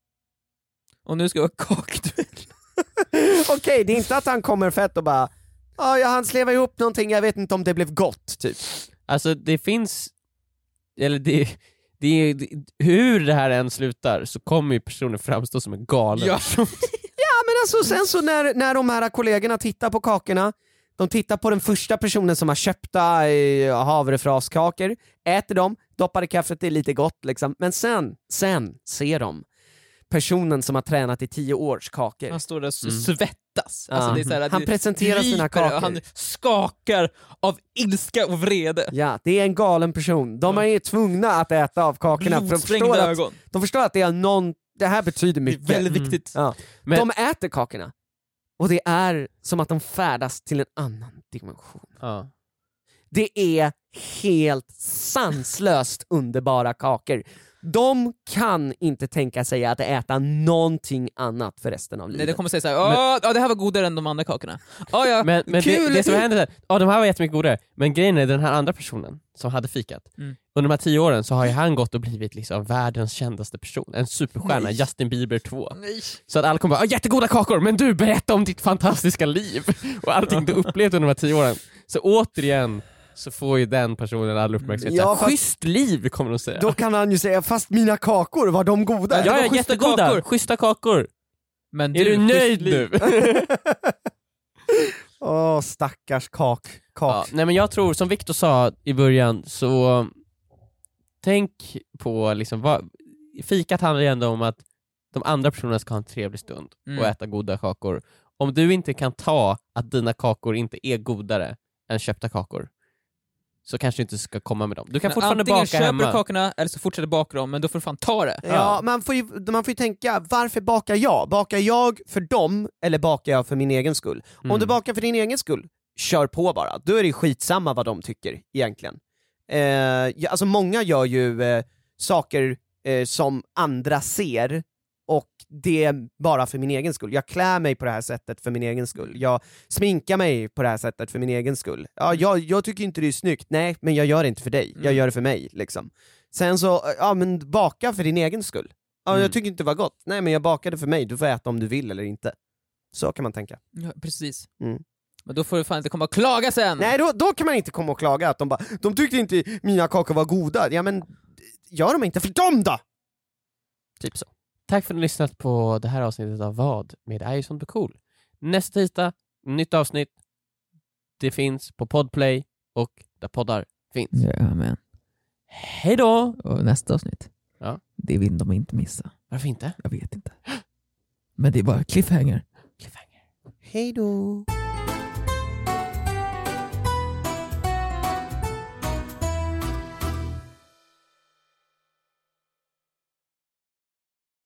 S3: Och nu ska jag ha kakduell.
S4: Okej, det är inte att han kommer fett och bara, ja ah, jag hann sleva ihop någonting, jag vet inte om det blev gott, typ.
S2: Alltså det finns, eller det, det, det, hur det här än slutar så kommer ju personen framstå som en galen.
S3: Ja.
S4: Ja, men alltså sen så när, när de här kollegorna tittar på kakorna, de tittar på den första personen som har köpta eh, havrefraskakor, äter dem, doppar i kaffet, det är lite gott liksom, men sen, sen ser de personen som har tränat i tio års kakor.
S3: Han står där och
S2: Mm.
S3: svettas.
S4: Ja.
S3: Alltså det är så här,
S4: Han
S3: det
S4: presenterar sina
S3: ryker
S4: kakor.
S3: och han skakar av ilska och vrede.
S4: Ja, det är en galen person. De är tvungna att äta av kakorna för de
S3: Blodsprängda
S4: förstår, att,
S3: ögon.
S4: de förstår att det är någon, det här betyder
S3: Det är
S4: mycket.
S3: väldigt
S2: Mm.
S3: viktigt.
S4: Ja.
S2: Men,
S4: De äter kakorna och det är som att de färdas till en annan dimension.
S2: ja.
S4: Det är helt sanslöst underbara kakor. De kan inte tänka sig att äta någonting annat för resten av
S3: Nej,
S4: livet.
S3: det kommer säga såhär, åh, ja, det här var godare än de andra kakorna. Åh, ja,
S2: Men, men
S3: kul!
S2: det, det som händer är, ja de här var jättemycket godare, men grejen är den här andra personen som hade fikat,
S3: Mm.
S2: under de här tio åren så har ju han gått och blivit liksom världens kändaste person, en superstjärna,
S3: Nej.
S2: Justin Bieber två.
S3: Nej.
S2: Så att alla kommer bara, jättegoda kakor, men du, berätta om ditt fantastiska liv och allting du upplevt under de här tio åren. Så återigen så får ju den personen all uppmärksamhet.
S4: Ja,
S2: Ja,
S4: fast-
S2: schysst liv kommer de säga.
S4: Då kan han ju säga, fast mina kakor, var de goda?
S3: det
S2: ja,
S3: var
S2: ja,
S3: schyssta
S2: jättegoda,
S3: kakor.
S2: schyssta kakor.
S3: Men
S2: Är du nöjd
S3: schysst liv.
S2: nu?
S4: Åh, stackars kak.
S2: Ja,
S4: kak.
S2: nej men jag tror, som Viktor sa i början, så tänk på liksom, vad, fikat handlar ju ändå om att de andra personerna ska ha en trevlig stund
S3: Mm.
S2: och äta goda kakor. Om du inte kan ta att dina kakor inte är godare än köpta kakor, så kanske du inte ska komma med dem. Du kan
S3: Men
S2: fortfarande
S3: antingen
S2: baka
S3: köper
S2: hemma.
S3: du kakorna eller så fortsätter baka dem, men då får du fan ta det.
S4: Ja, man får, ju, man får ju tänka, varför bakar jag? Bakar jag för dem eller bakar jag för min egen skull?
S2: Mm.
S4: Om du bakar för din egen skull, kör på bara. Då är det skitsamma vad de tycker egentligen. Eh, ja, alltså många gör ju eh, saker eh, som andra ser, och det är bara för min egen skull. Jag klär mig på det här sättet för min egen skull. Jag sminkar mig på det här sättet för min egen skull. Ja, jag, jag tycker inte det är snyggt. Nej, men jag gör det inte för dig. Jag gör det för mig, liksom. Sen så, ja men baka för din egen skull. Ja,
S3: Mm.
S4: jag tycker inte det var gott. Nej, men jag bakade för mig. Du får äta om du vill eller inte. Så kan man tänka.
S3: Ja, precis.
S4: Mm.
S3: Men då får du fan inte komma och klaga sen!
S4: Nej, då, då kan man inte komma och klaga att de bara, de tyckte inte mina kakor var goda. Ja, men gör de inte för dem då! Typ så.
S2: Tack för att ni lyssnat på det här avsnittet av Vad med I sånt på cool. Nästa tisdag, nytt avsnitt. Det finns på Podplay och där poddar finns.
S3: Ja, men.
S2: Hej då!
S3: Och nästa avsnitt.
S2: Ja.
S3: Det vill de inte missa.
S2: Varför inte?
S3: Jag vet inte. Men det är bara cliffhanger.
S2: Cliffhanger.
S4: Hej då!